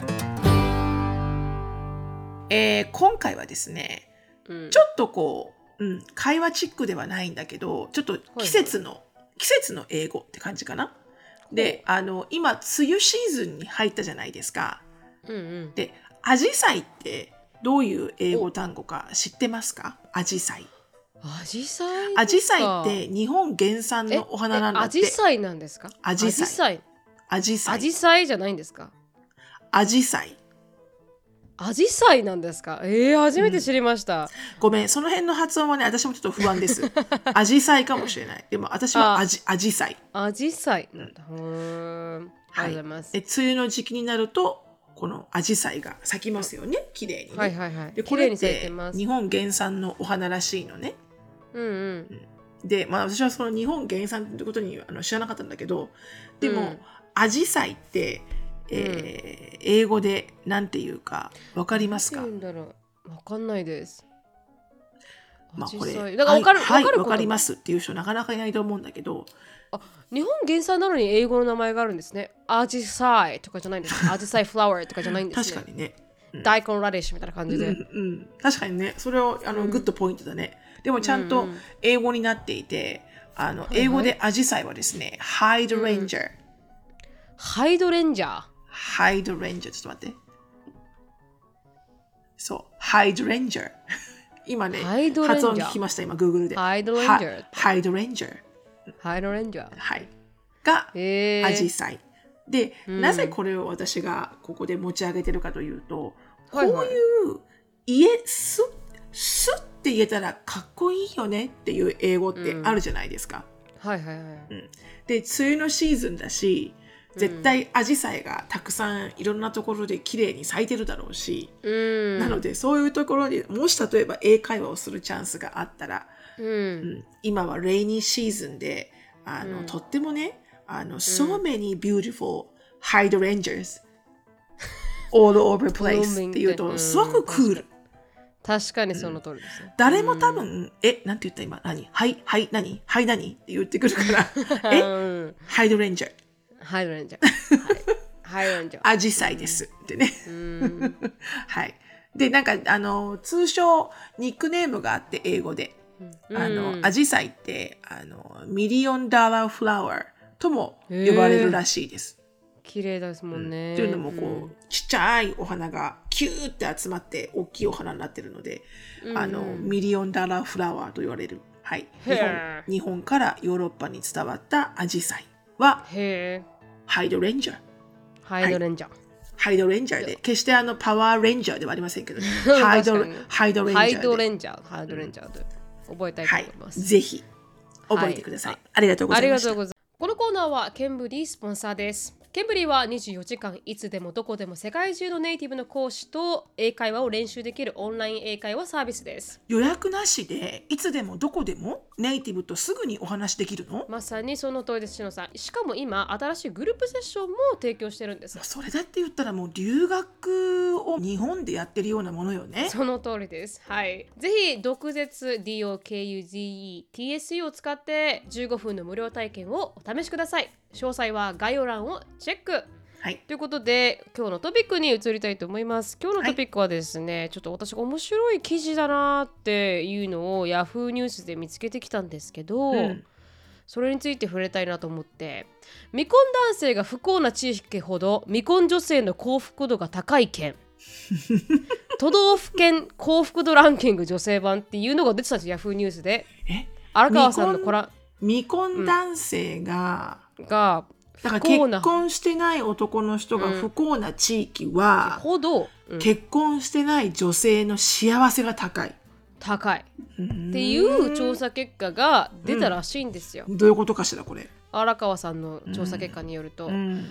えー、今回はですね、うん、ちょっとこううん、会話チックではないんだけど、ちょっと季節の、はいはい、季節の英語って感じかな。で、あの今梅雨シーズンに入ったじゃないですか。うんうん、で、アジサイってどういう英語単語か知ってますか？アジサイ。 アジサイ。 アジサイって日本原産のお花なんだって。 アジサイなんですか？ アジサイ。 アジサイ。アジサイじゃないんですか？ アジサイ。 アジサイなんですか？えー、初めて知りました、うん、 ごめん、その辺の発音はね、私もちょっと不安です。アジサイかもしれない。でも私はアジ、アジサイ。 アジサイなんだ。うん。ありがとうございます。 で、梅雨の時期になるとこのアジサイが咲きますよね、綺麗にね。 はいはいはい。 で、これって日本原産のお花らしいのね。うんうん。うん、で、まあ私はその日本原産ってことにあの知らなかったんだけど、でも、うん、アジサイってえーうん、英語でなんていうかわかりますか？ なんて言うんだろう。わかんないです。 まあこれ、 だからわかる、 はい、 わかるわかりますっていう人なかなかいないと思うんだけど、 あ、日本原産なのに英語の名前があるんですね。アジサイとかじゃないんですか？アジサイフラワーとかじゃないんですね。 確かにね。 うん、大根ラディッシュみたいな感じで。 うんうん、確かにね、それをあの、うん、グッドポイントだね。でもちゃんと英語になっていて、あの、うん、英語でアジサイはですね、ハイドレンジャー。 ハイドレンジャー。 ハイドレンジャー、ちょっと待って。そう、ハイドレンジャー。今ね、発音聞きました、今、Google で。 ハイドレンジャー。 ハイドレンジャー。 ハイドレンジャー。 はい。が、アジサイ。で、うん、なぜこれを私がここで持ち上げてるかというと、はいはい、こういう家、す、すって言えたらかっこいいよねっていう英語ってあるじゃないですか。 うん、はいはいはい。 うん、で、梅雨のシーズンだし、絶対アジサイがたくさんいろんなところで綺麗に咲いてるだろうし、うん、なのでそういうところにもし例えば英会話をするチャンスがあったら、うんうん、今はレイニーシーズンであの、うん、とってもねあの、うん、so many beautiful hydrangeas all over place っていうとすごくクール。 確かにその通りですね、 うん、誰も多分、うん、え、なんて言った今何はいはい何はい何って言ってくるからえ、うん、ハイドレンジャーハイドレンジャー。ハイドレンジャー。 アジサイですってね。はい。で、なんか、あの、通称、ニックネームがあって、英語で。あの、アジサイって、あの、ミリオンダラーフラワーとも呼ばれるらしいです。 綺麗ですもんね。 というのも、こう、うん、ちっちゃいお花がキューって集まって、大きいお花になってるので、うん、あの、ミリオンダラーフラワーと言われる。はい。日本、日本からヨーロッパに伝わったアジサイは、へー。ハイドレンジャー。 ハイドレンジャー。 ハイドレンジャーで、決してあのパワーレンジャーではありませんけど、ね、ハイドハイドレンジャーで。 ハイドレンジャー。ハイドレンジャーで覚えたいと思います。 はい、ぜひ覚えてください、はい。ありがとうございました。 このコーナーはケンブリースポンサーです。ケンブリーはにじゅうよじかんいつでもどこでも世界中のネイティブの講師と英会話を練習できるオンライン英会話サービスです。 予約なしでいつでもどこでもネイティブとすぐにお話できるの？ まさにその通りです、しのさん。しかも今新しいグループセッションも提供してるんです。 それだって言ったらもう留学を日本でやってるようなものよね。 その通りです。はい。ぜひ毒舌 ディーオーケーユーゼット ティーエスユー を使ってじゅうごふんの無料体験をお試しください。詳細は概要欄をチェック。はい、ということで今日のトピックに移りたいと思います。今日のトピックはですね、はい、ちょっと私が面白い記事だなっていうのをヤフーニュースで見つけてきたんですけど、うん、それについて触れたいなと思って、未婚男性が不幸な地域ほど未婚女性の幸福度が高い県都道府県幸福度ランキング女性版っていうのが出てたんです。ヤフーニュースで。え荒川さんのコラ未婚男性が、 うん、がだから結婚してない男の人が不幸な地域は、 うん、ほど、 うん、結婚してない女性の幸せが高い高いっていう調査結果が出たらしいんですよ、 うん、どういうことかしらこれ。 荒川さんの調査結果によると、うん、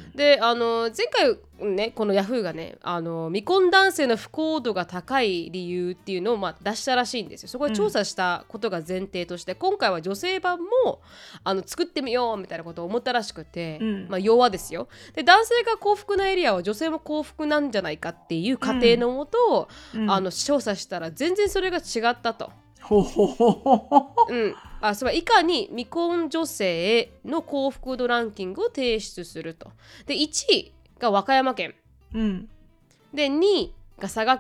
であの前回ねこのヤフーがねあの未婚男性の不幸度が高い理由っていうのをまあ出したらしいんですよ。そこで調査したことが前提として、うん、今回は女性版もあの作ってみようみたいなことを思ったらしくて、うん、まあ要はですよ。で男性が幸福なエリアは女性も幸福なんじゃないかっていう過程のもと、うん、あの調査したら全然それが違ったと。ほほほほほ、うん、あそれはいかに未婚女性の幸福度ランキングを提出すると。でいちいが和歌山県、うん、でにいが佐賀県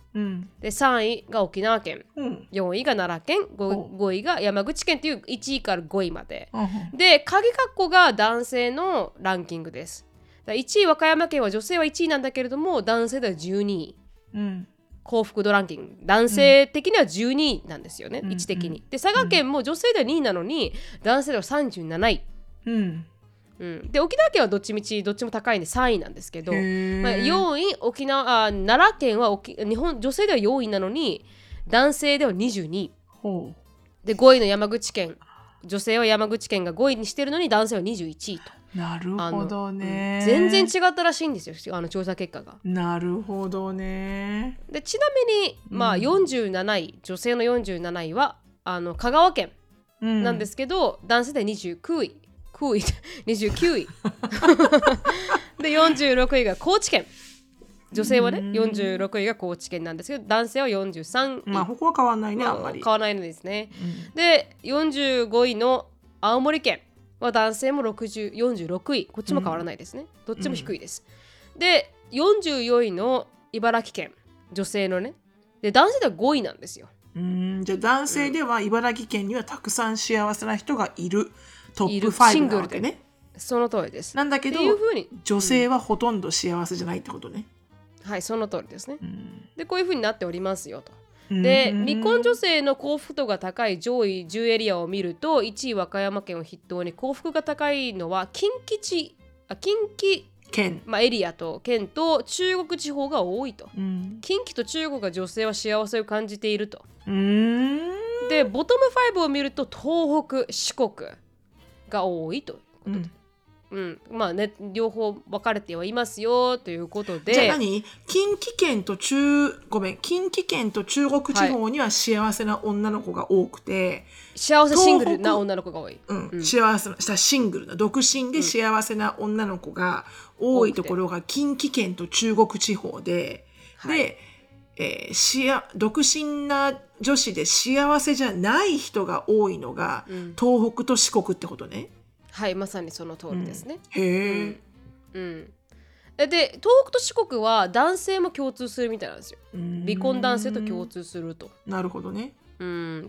うん、 でさんいが沖縄県、 うん、 よんいが奈良県、 5, 5位が山口県っていういちいからごいまで、 うん、 で鍵括弧が男性のランキングです。だいちい和歌山県は女性はいちいなんだけれども男性ではじゅうにい、 うん、 幸福度ランキング男性的にはじゅうにいなんですよね、うん、位置的に。で佐賀県も女性ではにいなのに男性ではさんじゅうなない、 うんうん、で沖縄県はどっちみちどっちも高いんでさんいなんですけど、まあ、よんい沖縄あ奈良県は沖日本女性ではよんいなのに男性ではにじゅうにいでごいの山口県、女性は山口県がごいにしてるのに男性はにじゅういちいと。 なるほどね、 うん、全然違ったらしいんですよ、あの調査結果が。 なるほどね。 でちなみに、まあ、よんじゅうなない、うん、女性のよんじゅうなないはあの香川県なんですけど、うん、男性でにじゅうきゅういにじゅうきゅういでよんじゅうろくいが高知県、女性はねよんじゅうろくいが高知県なんですけど男性はよんじゅうさんい、 まあここは変わんないね、まあ、あんまり変わらないのですね、うん、でよんじゅうごいの青森県は男性もろくじゅう、よんじゅうろくい、こっちも変わらないですね、うん、どっちも低いです、うん、でよんじゅうよんいの茨城県、女性のね、で男性ではごいなんですよ。 うーん、じゃあ男性では茨城県にはたくさん幸せな人がいる、トップごなわけね。 その通りです。 なんだけど女性はほとんど幸せじゃないってことね、 うん、はい、その通りですね、 うん、 でこういう風になっておりますよと。で未婚女性の幸福度が高い上位じゅうエリアを見るといちい和歌山県を筆頭に幸福が高いのは近畿地あ近畿県、まあ、エリアと県と中国地方が多いと、うん、近畿と中国が女性は幸せを感じていると。 うーんでボトムごを見ると東北四国が多いということで、うんうん、まあね両方分かれてはいますよということで。 じゃあ何近畿圏と中ごめん近畿圏と中国地方には幸せな女の子が多くて、はい、 幸せシングルな女の子が多い、 うんうん、幸せなシングルな独身で幸せな女の子が多いところが近畿圏と中国地方で、はい、で、えー、しや独身な女子で幸せじゃない人が多いのが、うん、東北と四国ってことね。 はい、まさにその通りですね、 うん、へえ、 うん、うん、で東北と四国は男性も共通するみたいなんですよ。離婚男性と共通すると。 なるほどね、 うん、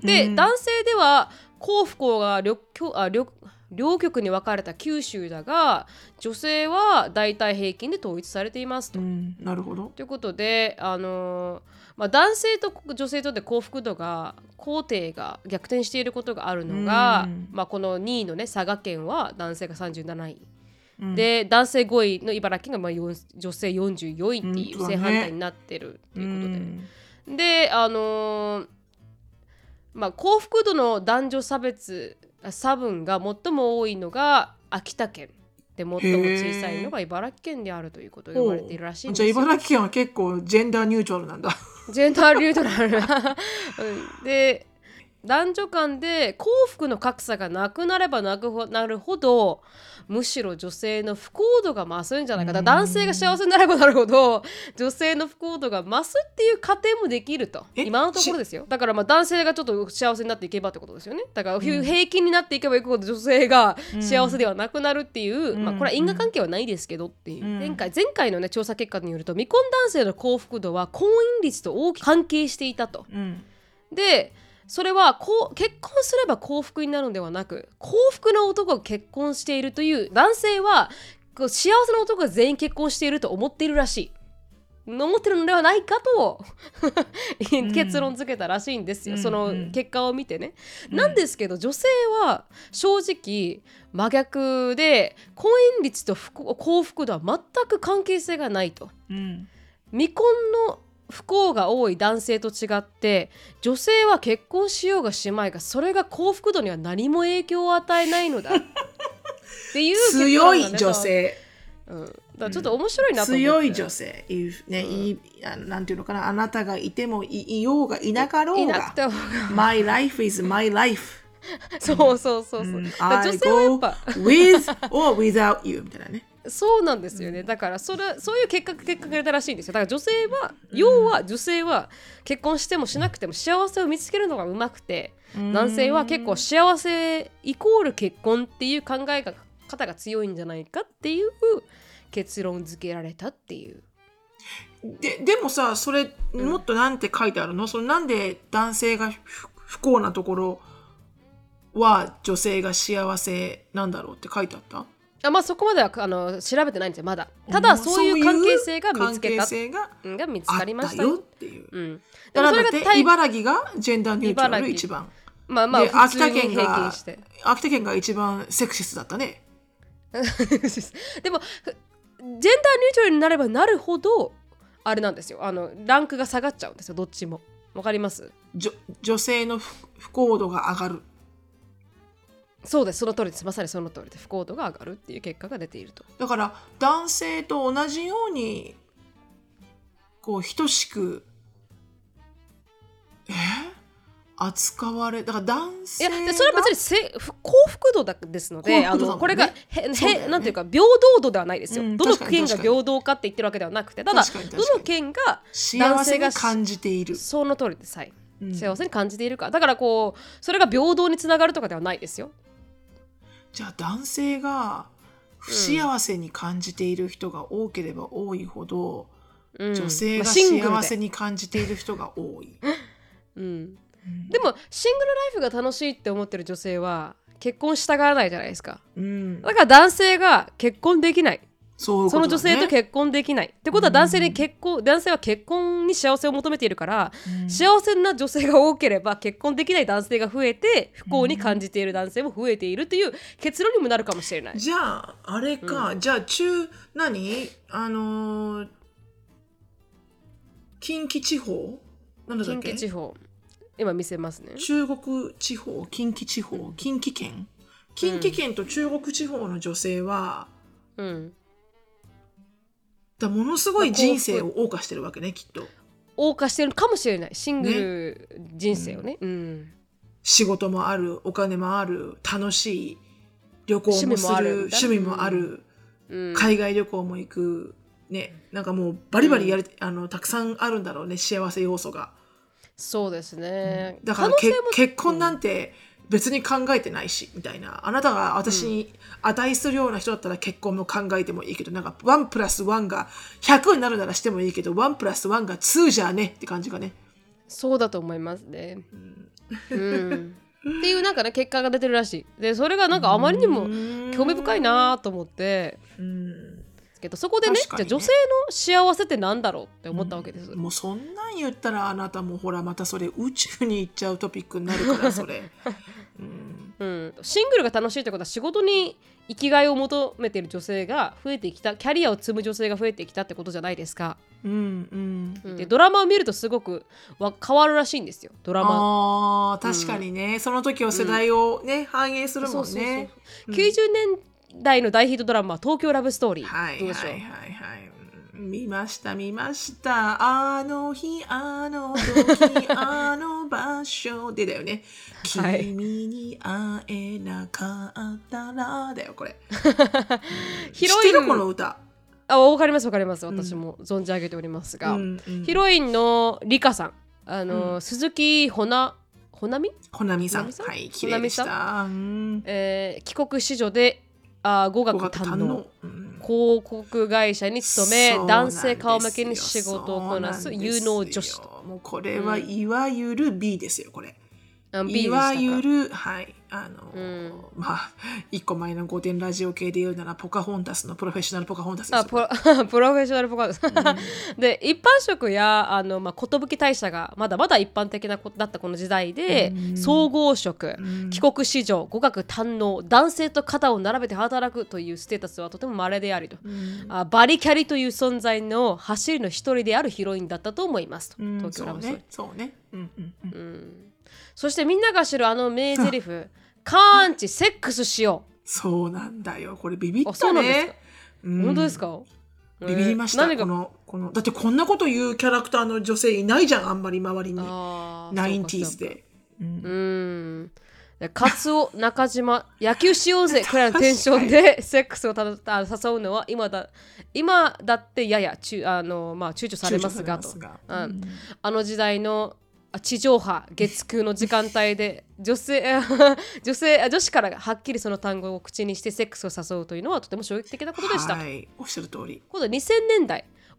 で、うん、男性では幸不幸が 両, あ 両, 両極に分かれた九州だが女性は大体平均で統一されていますと、 うん、なるほど。 ということで、あのーまあ、男性と女性とで幸福度が高低が逆転していることがあるのが、まあ、このにいの、ね、佐賀県は男性がさんじゅうなない、うん、で男性ごいの茨城県がまあ女性よんじゅうよんいっていう正反対になってるということで、うん、であのーまあ、幸福度の男女差別差分が最も多いのが秋田県で最も小さいのが茨城県であるということが言われているらしいんですよ。 じゃあ茨城県は結構ジェンダーニュートラルなんだ。 ジェンダーニュートラル、うん、で男女間で幸福の格差がなくなればなくなるほどむしろ女性の不幸度が増すんじゃないか。だから男性が幸せになればなるほど女性の不幸度が増すっていう過程もできると今のところですよ。だからまあ男性がちょっと幸せになっていけばってことですよね。だから平均になっていけばいくほど女性が幸せではなくなるっていう、うん、まあこれは因果関係はないですけどっていう、うん、前回前回のね調査結果によると未婚男性の幸福度は婚姻率と大きく関係していたと、うん、でそれはこう結婚すれば幸福になるのではなく幸福な男が結婚しているという男性はこう幸せな男が全員結婚していると思っているらしい思ってるのではないかと結論付けたらしいんですよ、うん、その結果を見てね、うん、なんですけど女性は正直真逆で婚姻率と幸福度は全く関係性がないと、うん、未婚の不幸が多い男性と違って女性は結婚しようがしまいがそれが幸福度には何も影響を与えないのだっていう結論が、ね、 強い女性、 うん、だからちょっと面白いなと思って、 強い女性、ね、うん、いいなんていうのかな、あなたがいても い, いようがいなかろうが、いなくてもMy life is my life そうそうそうそう、うん、女性はやっぱ with or without you みたいなね。 そうなんですよね。だからそれそういう結果結果が出たらしいんですよ。だから女性は、うん、要は女性は結婚してもしなくても幸せを見つけるのがうまくて、うん、男性は結構幸せイコール結婚っていう考え方が強いんじゃないかっていう結論付けられたっていう。 ででもさそれもっとなんて書いてあるの、うん、そのなんで男性が不幸なところは女性が幸せなんだろうって書いてあった？ あ、まあ、そこまではあの調べてないんですよまだ。ただそういう関係性が見つけたそういう関係性がが見つかりましたよっていう、 うん、 だからだって茨城がジェンダーニュートラル一番、 まあまあで秋田県が秋田県が一番セクシスだったねでもジェンダーニュートラルになればなるほどあれなんですよ、あのランクが下がっちゃうんですよ、どっちも。わかります？ 女性の不幸度が上がる。 そうです、その通りです。まさにその通りで不幸度が上がるっていう結果が出ていると。 だから男性と同じようにこう等しくえ扱われ、だから男性が、 いやそれは別にせ幸福度だですので、 幸福度だもんね、 あのこれがへ、ね、なんていうか平等度ではないですよ、うん、どの県が平等かって言ってるわけではなくて、ただどの県が幸せに感じている、 その通りです、はい、うん、幸せに感じているか、だからこうそれが平等につながるとかではないですよ。 じゃあ男性が不幸せに感じている人が多ければ多いほど、うん、女性が幸せに感じている人が多い、 うん、でもシングルライフが楽しいって思ってる女性は結婚したがらないじゃないですか、うん、だから男性が結婚できない、 そういうことだね、 その女性と結婚できないってことは男性に結婚、うん、男性は結婚に幸せを求めているから、うん、幸せな女性が多ければ結婚できない男性が増えて不幸に感じている男性も増えているという結論にもなるかもしれない。 じゃああれか、うん、じゃあ中何あのー、近畿地方なんだっけ、 近畿地方今見せますね。 中国地方、近畿地方、近畿圏、近畿圏と中国地方の女性は、うん、だものすごい人生を謳歌してるわけね、きっと。 謳歌してるかもしれない、シングル人生をね、うんうん、 仕事もある、お金もある、楽しい旅行もする、趣味もある、うん、海外旅行も行く、ね、なんかもうバリバリやれ、うん、あのたくさんあるんだろうね、幸せ要素が。 そうですね、 うん、だからけ結婚なんて別に考えてないし、うん、みたいな、あなたが私に値するような人だったら結婚も考えてもいいけど、なんかワンプラスワンがひゃくになるならしてもいいけど、ワンプラスワンがツーじゃねって感じがね。 そうだと思いますね、うんうん、っていうなんかね結果が出てるらしい。でそれがなんかあまりにも興味深いなと思って、うんけどそこで ね, ねじゃあ女性の幸せってなんだろうって思ったわけです、 うん、もうそんなん言ったらあなたもほらまたそれ宇宙に行っちゃうトピックになるからそれ、 うんうん、シングルが楽しいってことは仕事に生きがいを求めている女性が増えてきた、キャリアを積む女性が増えてきたってことじゃないですか、うんうんうん、でドラマを見るとすごくわ変わるらしいんですよ、ドラマ。 あ確かにね、うん、その時を世代をね、うん、反映するもんね。そうそうそう、 うん、きゅうじゅうねんだいの大ヒットドラマは東京ラブストーリー、 はいどうでしょう。 はいはいはい、見ました見ました。あの日あの時あの場所でだよね、はい、君に会えなかったらだよこれヒロイン知ってるこの歌。 あ、わかりますわかります、私も存じ上げておりますが、うんうん、ヒロインのリカさん、あの、うん、鈴木ほなほなみほなみさん、はい、綺麗でした、うんえー、帰国子女であ語学堪能、うん、広告会社に勤め男性顔向けに仕事をこなす有能女子と。 もうこれはいわゆる B ですよこれ、 うん、 いわゆるはいあの、うん、まあ一個前の御殿ラジオ系で言うならポカホンタスのプロフェッショナルポカホンタスですよ。あ プ, ロプロフェッショナルポカホンタス、うん、で一般職やあの、まあ、寿大社がまだまだ一般的なだったこの時代で、うん、総合職、うん、帰国子女語学堪能男性と肩を並べて働くというステータスはとても稀でありと、うん、あバリキャリという存在の走りの一人であるヒロインだったと思いますと、うん、東京ラブストーリー。 そうねそうね、うんうんうんうん、 そしてみんなが知るあの名台詞カーンチセックスしよう。 そうなんだよ、これビビったね。あ、 そうなんですか、うん、本当ですか。 ビビりました、えー、このこのだってこんなこと言うキャラクターの女性いないじゃん、あんまり周りに。ナインティーズでうん、うんカツオ中島野球しようぜくらいのテンションでセックスをたた誘うのは今だ今だってややちゅあの、まあ、躊躇されますがと、うんうん、あの時代の地上波月空の時間帯で女性女性女子からはっきりその単語を口にしてセックスを誘うというのはとても衝撃的なことでした。 はい、おっしゃる通り。 今度にせんねんだい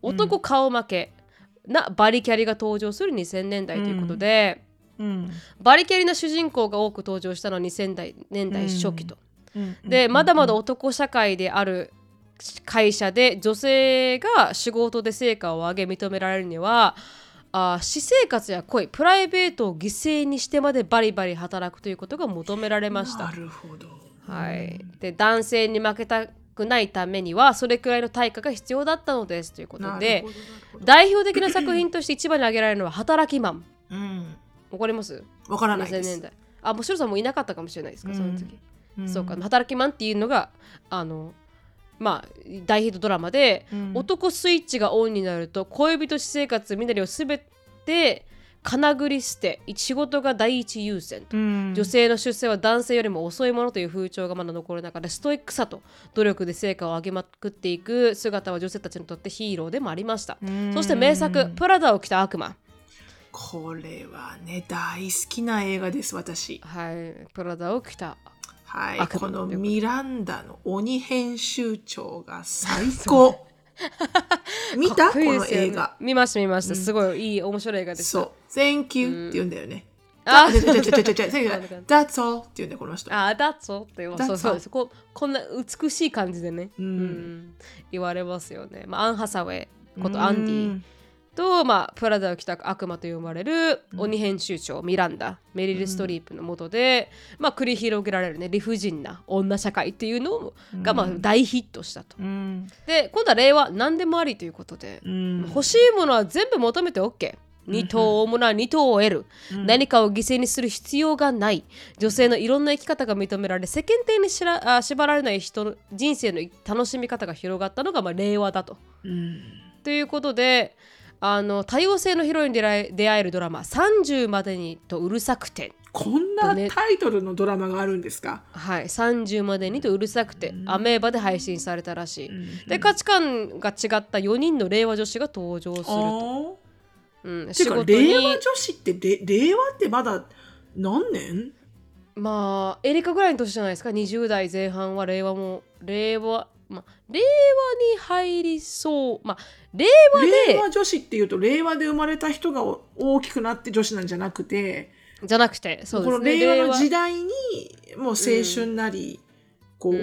男顔負けなバリキャリが登場するにせんねんだいということで、 うん、 バリキャリな主人公が多く登場したのはにせんねんだい初期と、うん、でまだまだ男社会である会社で女性が仕事で成果を上げ認められるにはあ私生活や恋プライベートを犠牲にしてまでバリバリ働くということが求められました。 なるほど、 はい、で男性に負けたくないためにはそれくらいの対価が必要だったのですということで、代表的な作品として一番に挙げられるのは働きマン、うん、わかります？ わからないです。 にせんねんだい、あ、もうシロさんもいなかったかもしれないですか、うん、その時、うん、そうか、働きマンっていうのがあのまあ大ヒットドラマで、うん、男スイッチがオンになると恋人私生活みなりをすべてかなぐり捨て仕事が第一優先と、うん、女性の出世は男性よりも遅いものという風潮がまだ残る中でストイックさと努力で成果を上げまくっていく姿は女性たちにとってヒーローでもありました。うん、そして名作プラダを着た悪魔、 これはね大好きな映画です私。 はい、プラダを着たはい、このミランダの鬼編集長が最高見た、ね、この映画見ました見ました、うん、すごいいい面白い映画でした。 そう Thank you、うん、って言うんだよね。ああ、That's all って言うんだよこの人。 ああ、That's all って言う。そうそうです。ここんな美しい感じでね、うんうん、言われますよね。まあ、アン・ハサウェイことアンディと、まあ、プラダを着た悪魔と呼ばれる鬼編集長ミランダ、メリル・ストリープの下で、まあ、繰り広げられるね理不尽な女社会っていうのが、まあ、大ヒットしたと、うん、で今度は令和何でもありということで、うん、欲しいものは全部求めて OK、二頭をもらう二頭を得る、うん、何かを犠牲にする必要がない、女性のいろんな生き方が認められ世間体にしらあ縛られない人の人生の楽しみ方が広がったのが、まあ、令和だと、うん、ということであの多様性のヒロインに出会えるドラマさんじゅうまでにとうるさくて、 こんなタイトルのドラマがあるんですか？ はい、さんじゅうまでにとうるさくて、うん、アメーバで配信されたらしい、うん、で価値観が違ったよにんの令和女子が登場すると、 うん、仕事に令和女子って令和ってまだ何年？ まあエリカぐらいの年じゃないですか。にじゅうだいぜん半は令和も令和まあ、令和に入りそう、まあ、令和で令和女子っていうと令和で生まれた人が大きくなって女子なんじゃなくてじゃなくてそうですね、 この令和の時代にもう青春なり、うん、こう、うん、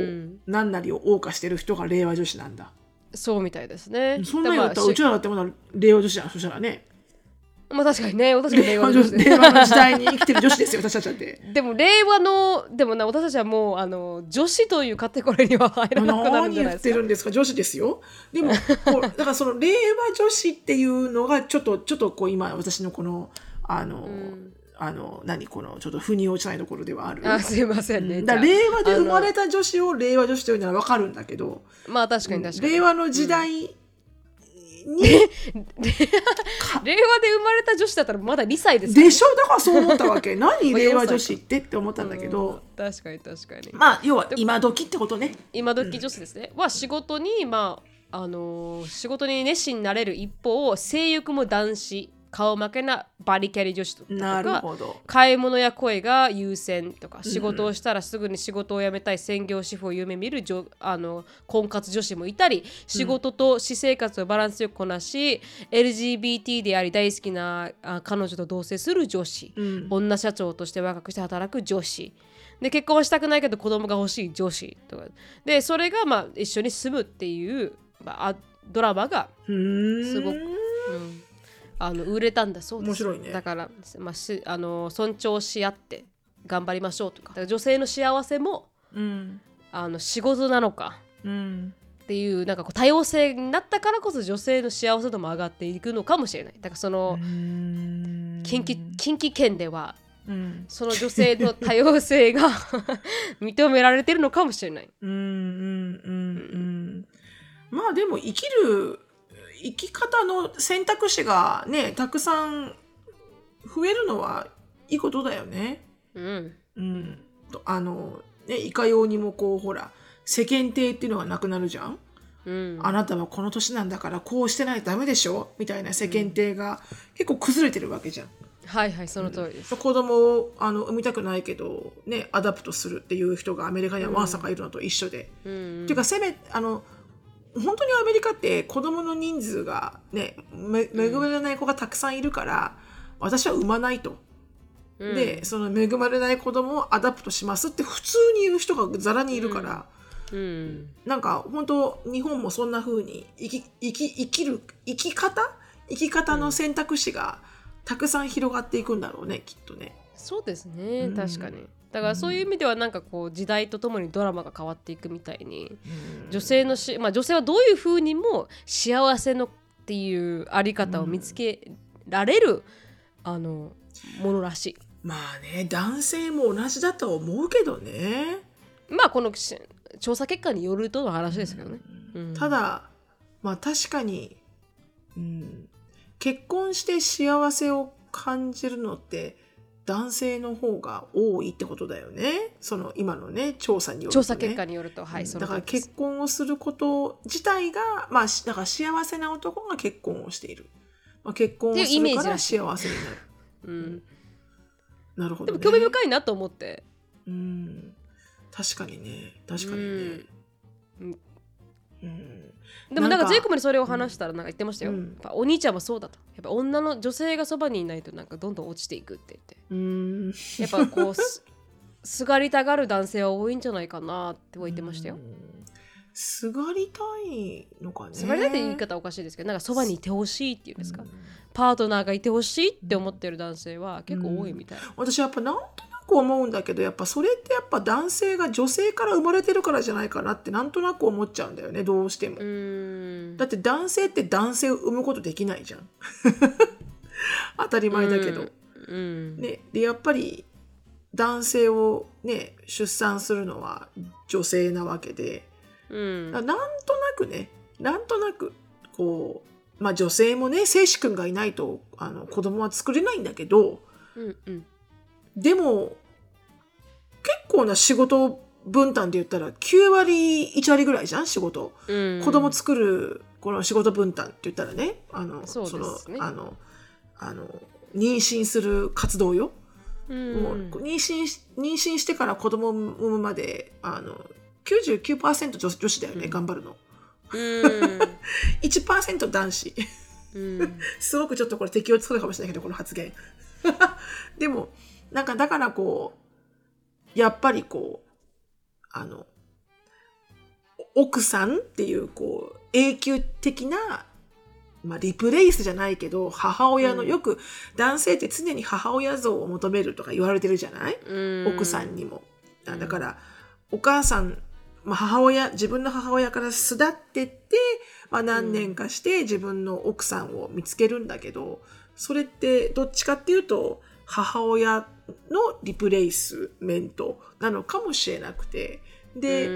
何なりを謳歌してる人が令和女子なんだ。 そうみたいですね。 そんなにだったらうちらだってまだ令和女子じゃん。そしたらね、 まあ確かにね、私も令和の女子で令和の時代に生きてる女子ですよ私たちだって。 でも令和のでもな私たちはもうあの女子というカテゴリーには入らなくなるんじゃないですか。何言ってるんですか、女子ですよ。でもこうだからその令和女子っていうのがちょっとちょっとこう今私のこのあの、うん、あの何このちょっと腑に落ちないところではある。 あ、すいませんね。 だ令和で生まれた女子を令和女子というのは分かるんだけど、 まあ確かに確かに令和の時代、うんに令和で生まれた女子だったらまだにさいですから、ね、でしょ。だからそう思ったわけ何令和女子ってって思ったんだけど、 確かに確かに、 まあ要は今時ってことね。 今時女子ですね、うん、は仕事にまああのー、仕事に熱心になれる一方性欲も男子顔負けなバリキャリ女子とか、 なるほど、 買い物や声が優先とか、仕事をしたらすぐに仕事を辞めたい専業主婦を夢見るあの婚活女子もいたり、仕事と私生活をバランスよくこなし、うん、エルジービーティー であり大好きなあ彼女と同棲する女子、うん、女社長として若くして働く女子で、結婚はしたくないけど子供が欲しい女子とかで、それがまあ一緒に住むっていう、まあ、ドラマがすごく、うんあの売れたんだそうです。 面白いね。 だから、まあ、しあの尊重し合って頑張りましょうとか、だから女性の幸せも、うん、あの仕事なのか、うん、っていうなんかこう多様性になったからこそ女性の幸せ度も上がっていくのかもしれない。だからその近畿近畿圏では、うん、その女性の多様性が認められてるのかもしれない。うんうんうんうん。まあでも生きる生き方の選択肢がねたくさん増えるのはいいことだよね。うん。うん。あのねいかようにもこうほら世間体っていうのがなくなるじゃん。うん。あなたはこの年なんだからこうしてないとダメでしょみたいな世間体が結構崩れてるわけじゃん。 はいはいその通りです。 うん、子供をあの産みたくないけどねアダプトするっていう人がアメリカにはわんさかいるのと一緒で。うん。っていうかせめあの本当にアメリカって子供の人数がね、め恵まれない子がたくさんいるから、うん、私は産まないと。うん、で、その恵まれない子供をアダプトしますって普通に言う人がざらにいるから、うんうん、なんか本当日本もそんな風に生き、生き、生きる、生き方生き方の選択肢がたくさん広がっていくんだろうね、きっとね。 そうですね、うん、確かに。だからそういう意味ではなんかこう時代とともにドラマが変わっていくみたいに、うん、女性のし、まあ、女性はどういう風にも幸せのっていうあり方を見つけられる、うん、あのものらしい。 まあね、男性も同じだと思うけどね。 まあこの調査結果によるとの話ですけどね、 うんうん、ただまあ確かに、うん、結婚して幸せを感じるのって男性の方が多いってことだよね。その今のね調査によるとね。 調査結果によると、はい、 うん、だから結婚をすること自体が、まあだから幸せな男が結婚をしている。まあ、結婚をするから幸せになる。うん、なるほど、ね。 でも興味深いなと思って。 うん、確かにね、確かにね。うんうん、でもなんかジェイコブにそれを話したらなんか言ってましたよ、うん、やっぱお兄ちゃんもそうだと。やっぱ女の女性がそばにいないとなんかどんどん落ちていくって言って、うん、やっぱこうす, すがりたがる男性は多いんじゃないかなって言ってましたよ。 すがりたいのかね。 すがりたいって言い方はおかしいですけど、なんかそばにいてほしいっていうんですか、うん、パートナーがいてほしいって思ってる男性は結構多いみたい、うん、 私やっぱなんとなく思うんだけど、やっぱそれってやっぱ男性が女性から生まれてるからじゃないかなってなんとなく思っちゃうんだよね、どうしても。うーん、だって男性って男性を産むことできないじゃん当たり前だけど、うんうん、ね、でやっぱり男性をね出産するのは女性なわけで、うん、なんとなくね、なんとなくこう、まあ女性もね精子君がいないとあの子供は作れないんだけど、うんうん、でも結構な仕事分担で言ったらきゅうわりいちわりぐらいじゃん、仕事、うん、子供作るこの仕事分担って言ったらね、あのそうですね、そのあのあの妊娠する活動よ、うん、もう妊娠妊娠してから子供を産むまであのきゅうじゅうきゅうパーセント 女, 女子だよね、うん、頑張るの、うん、いちパーセント 男子、うん、すごくちょっとこれ適用つくかもしれないけどこの発言でもなんかだからこうやっぱりこうあの奥さんっていうこう永久的な、まあ、リプレイスじゃないけど母親の、うん、よく男性って常に母親像を求めるとか言われてるじゃない、うん、奥さんにも。だからお母さん、まあ、母親自分の母親から巣立ってって、まあ、何年かして自分の奥さんを見つけるんだけど、それってどっちかっていうと母親のリプレイスメントなのかもしれなくて、で、うん、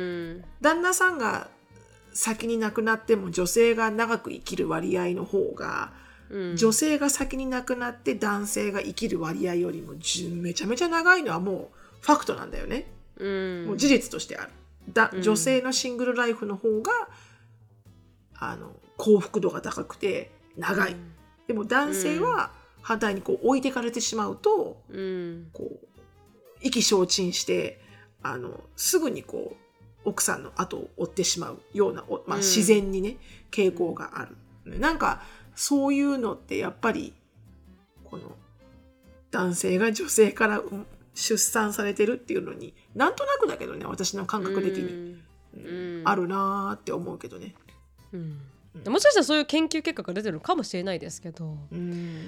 旦那さんが先に亡くなっても女性が長く生きる割合の方が、うん、女性が先に亡くなって男性が生きる割合よりもめちゃめちゃ長いのはもうファクトなんだよね、うん、もう事実としてある。だ女性のシングルライフの方があの幸福度が高くて長い、うん、でも男性は反対にこう置いてかれてしまうと、うん、こう意気消沈してあのすぐにこう奥さんの後を追ってしまうような、まあ、自然にね、うん、傾向がある。なんかそういうのってやっぱりこの男性が女性から出産されてるっていうのになんとなくだけどね、私の感覚的に、うんうん、あるなーって思うけどね、 うんうん、もしかしたらそういう研究結果が出てるのかもしれないですけど、うん、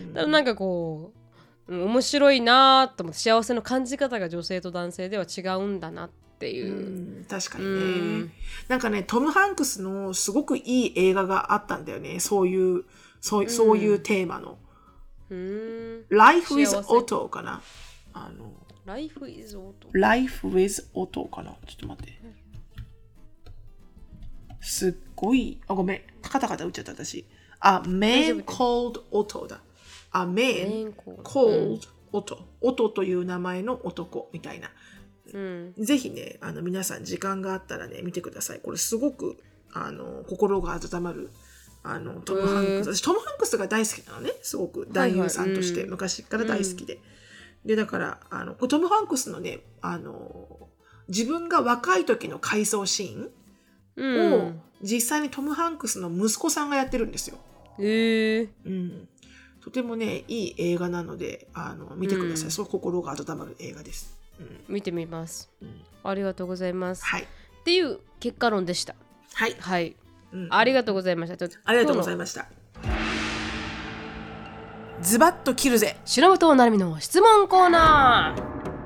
だからなんかこう面白いなと思って、幸せの感じ方が女性と男性では違うんだなっていう、 うん、確かにね、うん、なんかねトム・ハンクスのすごくいい映画があったんだよね、そういうそう、そういうテーマの、うん、Life with Otto かな、あの Life with Otto Life with Otto かな、ちょっと待って、すっごい、あ、ごめん、カタカタ打っちゃった私。あ、Man Called Otto だ。あ、Man Called Otto。Otto という名前の男みたいな。うん、ぜひね、あの皆さん時間があったらね見てください。これすごくあの心が温まるあのトム・ハンクス。私トム・ハンクスが大好きなのね。すごく男優さんとして、はいはい、昔から大好きで。うん、でだからあのトム・ハンクスのねあの自分が若い時の回想シーンを実際にトム・ハンクスの息子さんがやってるんですよ。 へえ。 うん。とてもね、いい映画なので、あの見てください。うん、そう心が温まる映画です。 うん、見てみます、うん。ありがとうございます。 はい。 っていう結果論でした。 はい。 はい。うん、ありがとうございました。 ありがとうございました。ズバッと切るぜ。 白本なるみの質問コーナ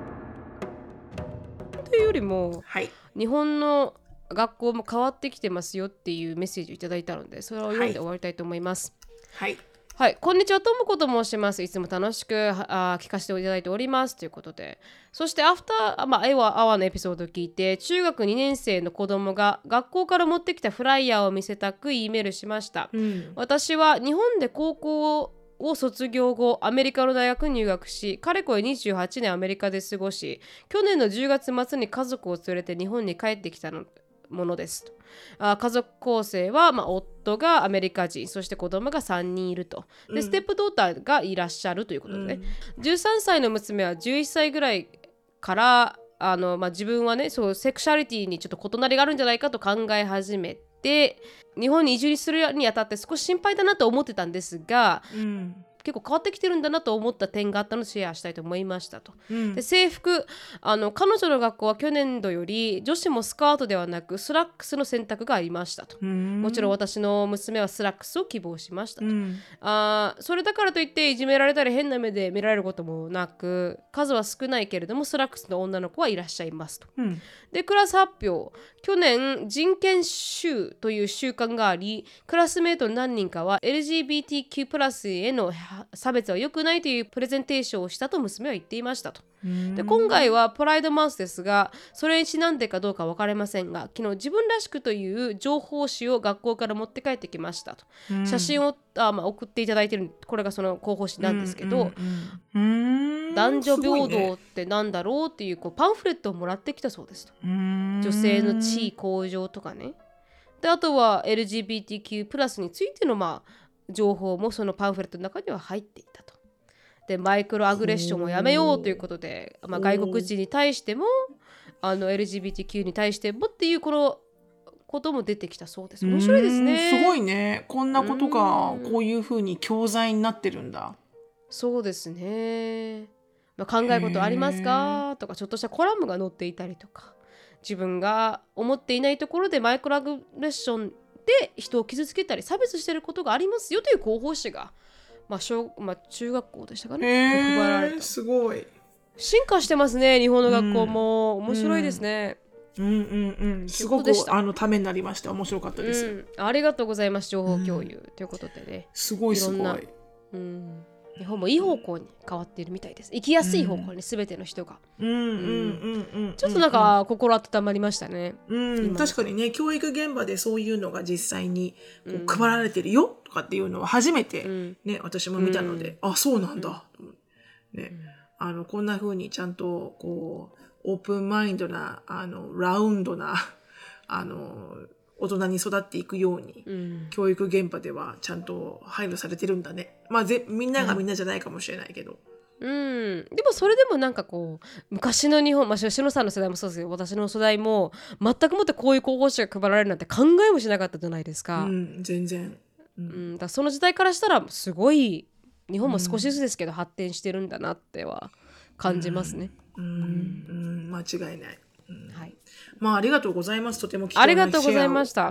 ー。というよりも、 はい、 日本の学校も変わってきてますよっていうメッセージをいただいたので、それを読んで終わりたいと思います。 はい。 はい、こんにちは、ともこと申します。いつも楽しくあ聞かせていただいておりますということで、そしてアフター、まあ、エワアワーのエピソードを聞いて、中学にねん生の子供が学校から持ってきたフライヤーを見せたく E メールしました、うん、私は日本で高校をを卒業後アメリカの大学に入学し、かれこれにじゅうはちねんアメリカで過ごし、去年のじゅうがつ末に家族を連れて日本に帰ってきたのものですと。あ家族構成は、まあ、夫がアメリカ人、そして子供がさんにんいると。で、ステップドーターがいらっしゃるということでね、うん、じゅうさんさいの娘はじゅういっさいぐらいからあの、まあ、自分はね、そうセクシャリティにちょっと異なりがあるんじゃないかと考え始めて、日本に移住するにあたって少し心配だなと思ってたんですが、うん、結構変わってきてるんだなと思った点があったのでシェアしたいと思いましたと、うん、で制服あの彼女の学校は去年度より女子もスカートではなくスラックスの選択がありましたと、うん、もちろん私の娘はスラックスを希望しましたと、うん、あそれだからといっていじめられたり変な目で見られることもなく、数は少ないけれどもスラックスの女の子はいらっしゃいますと、うん、でクラス発表、去年人権週という習慣があり、クラスメートの何人かは エルジービーティーキュー プラスへの差別は良くないというプレゼンテーションをしたと娘は言っていましたと。で今回はプライドマウスですが、それにちなんでかどうか分かりませんが、昨日自分らしくという情報誌を学校から持って帰ってきましたと。写真をあ、まあ、送っていただいている、これがその広報誌なんですけど、うんうんうん、男女平等ってなんだろうっていう、こうパンフレットをもらってきたそうですと。女性の地位向上とかね。であとは エルジービーティーキュー プラスについてのまあ情報もそのパンフレットの中には入っていたと。でマイクロアグレッションをやめようということで、まあ、外国人に対してもあの エルジービーティーキュー に対してもっていうこのことも出てきたそうです。面白いですね。 すごいね。こんなことがこういうふうに教材になってるんだ。 そうですね、まあ、考え事ありますかとか、ちょっとしたコラムが載っていたりとか、自分が思っていないところでマイクロアグレッションで人を傷つけたり差別していることがありますよという広報誌が、まあ小まあ、中学校でしたかね、配られた。 すごい進化してますね、日本の学校も、うん、面白いですね、 うんうんうん、すごくあのためになりました。面白かったです、うん、 ありがとうございます。情報共有、うん、ということでね、 すごいすごい、いろんな、 うん、日本もいい方向に変わっているみたいです。生きやすい方向に全ての人が、うんうんうんうん、ちょっとなんか心温まりましたね、 うん、確かにね、教育現場でそういうのが実際にこう配られてるよとかっていうのは初めて、ね、うん、私も見たので、うん、あ、そうなんだ、うんね、うん、あのこんな風にちゃんとこうオープンマインドなあのラウンドなあの大人に育っていくように、うん、教育現場ではちゃんと配慮されてるんだね。まあぜみんながみんなじゃないかもしれないけど、 うん、でもそれでもなんかこう昔の日本、まあ、篠さんの世代もそうですけど、私の世代も全くもってこういう広報誌が配られるなんて考えもしなかったじゃないですか、 うん、全然、 うんうん、だからその時代からしたらすごい日本も少しずつですけど発展してるんだなっては感じますね、 うんうんうん、間違いない、うん、 はい、 まあ、ありがとうございます。とても貴重なありがとうございました、 うん、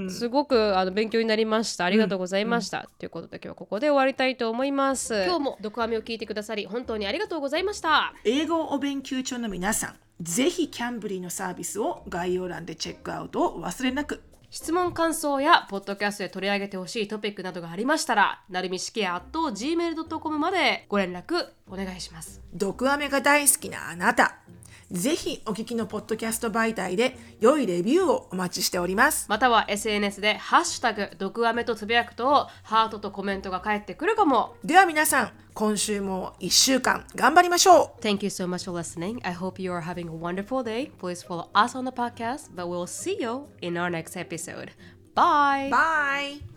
すごくあの勉強になりました。ありがとうございました、うん、ということで今日はここで終わりたいと思います。今日もドクアメを聞いてくださり本当にありがとうございました。 英語お勉強中の皆さん、ぜひキャンブリーのサービスを概要欄でチェックアウトをお忘れなく。 質問感想やポッドキャストで取り上げてほしいトピックなどがありましたら、なるみしきや アットジーメールドットコム までご連絡お願いします。 ドクアメが大好きなあなた、ぜひお聞きのポッドキャスト媒体で良いレビューをお待ちしております。 または エスエヌエス でハッシュタグドクアメとつぶやくとハートとコメントが返ってくるかも。 では皆さん、今週もいっしゅうかん頑張りましょう。 Thank you so much for listening. I hope you are having a wonderful day. Please follow us on the podcast, but we'll see you in our next episode. Bye! Bye!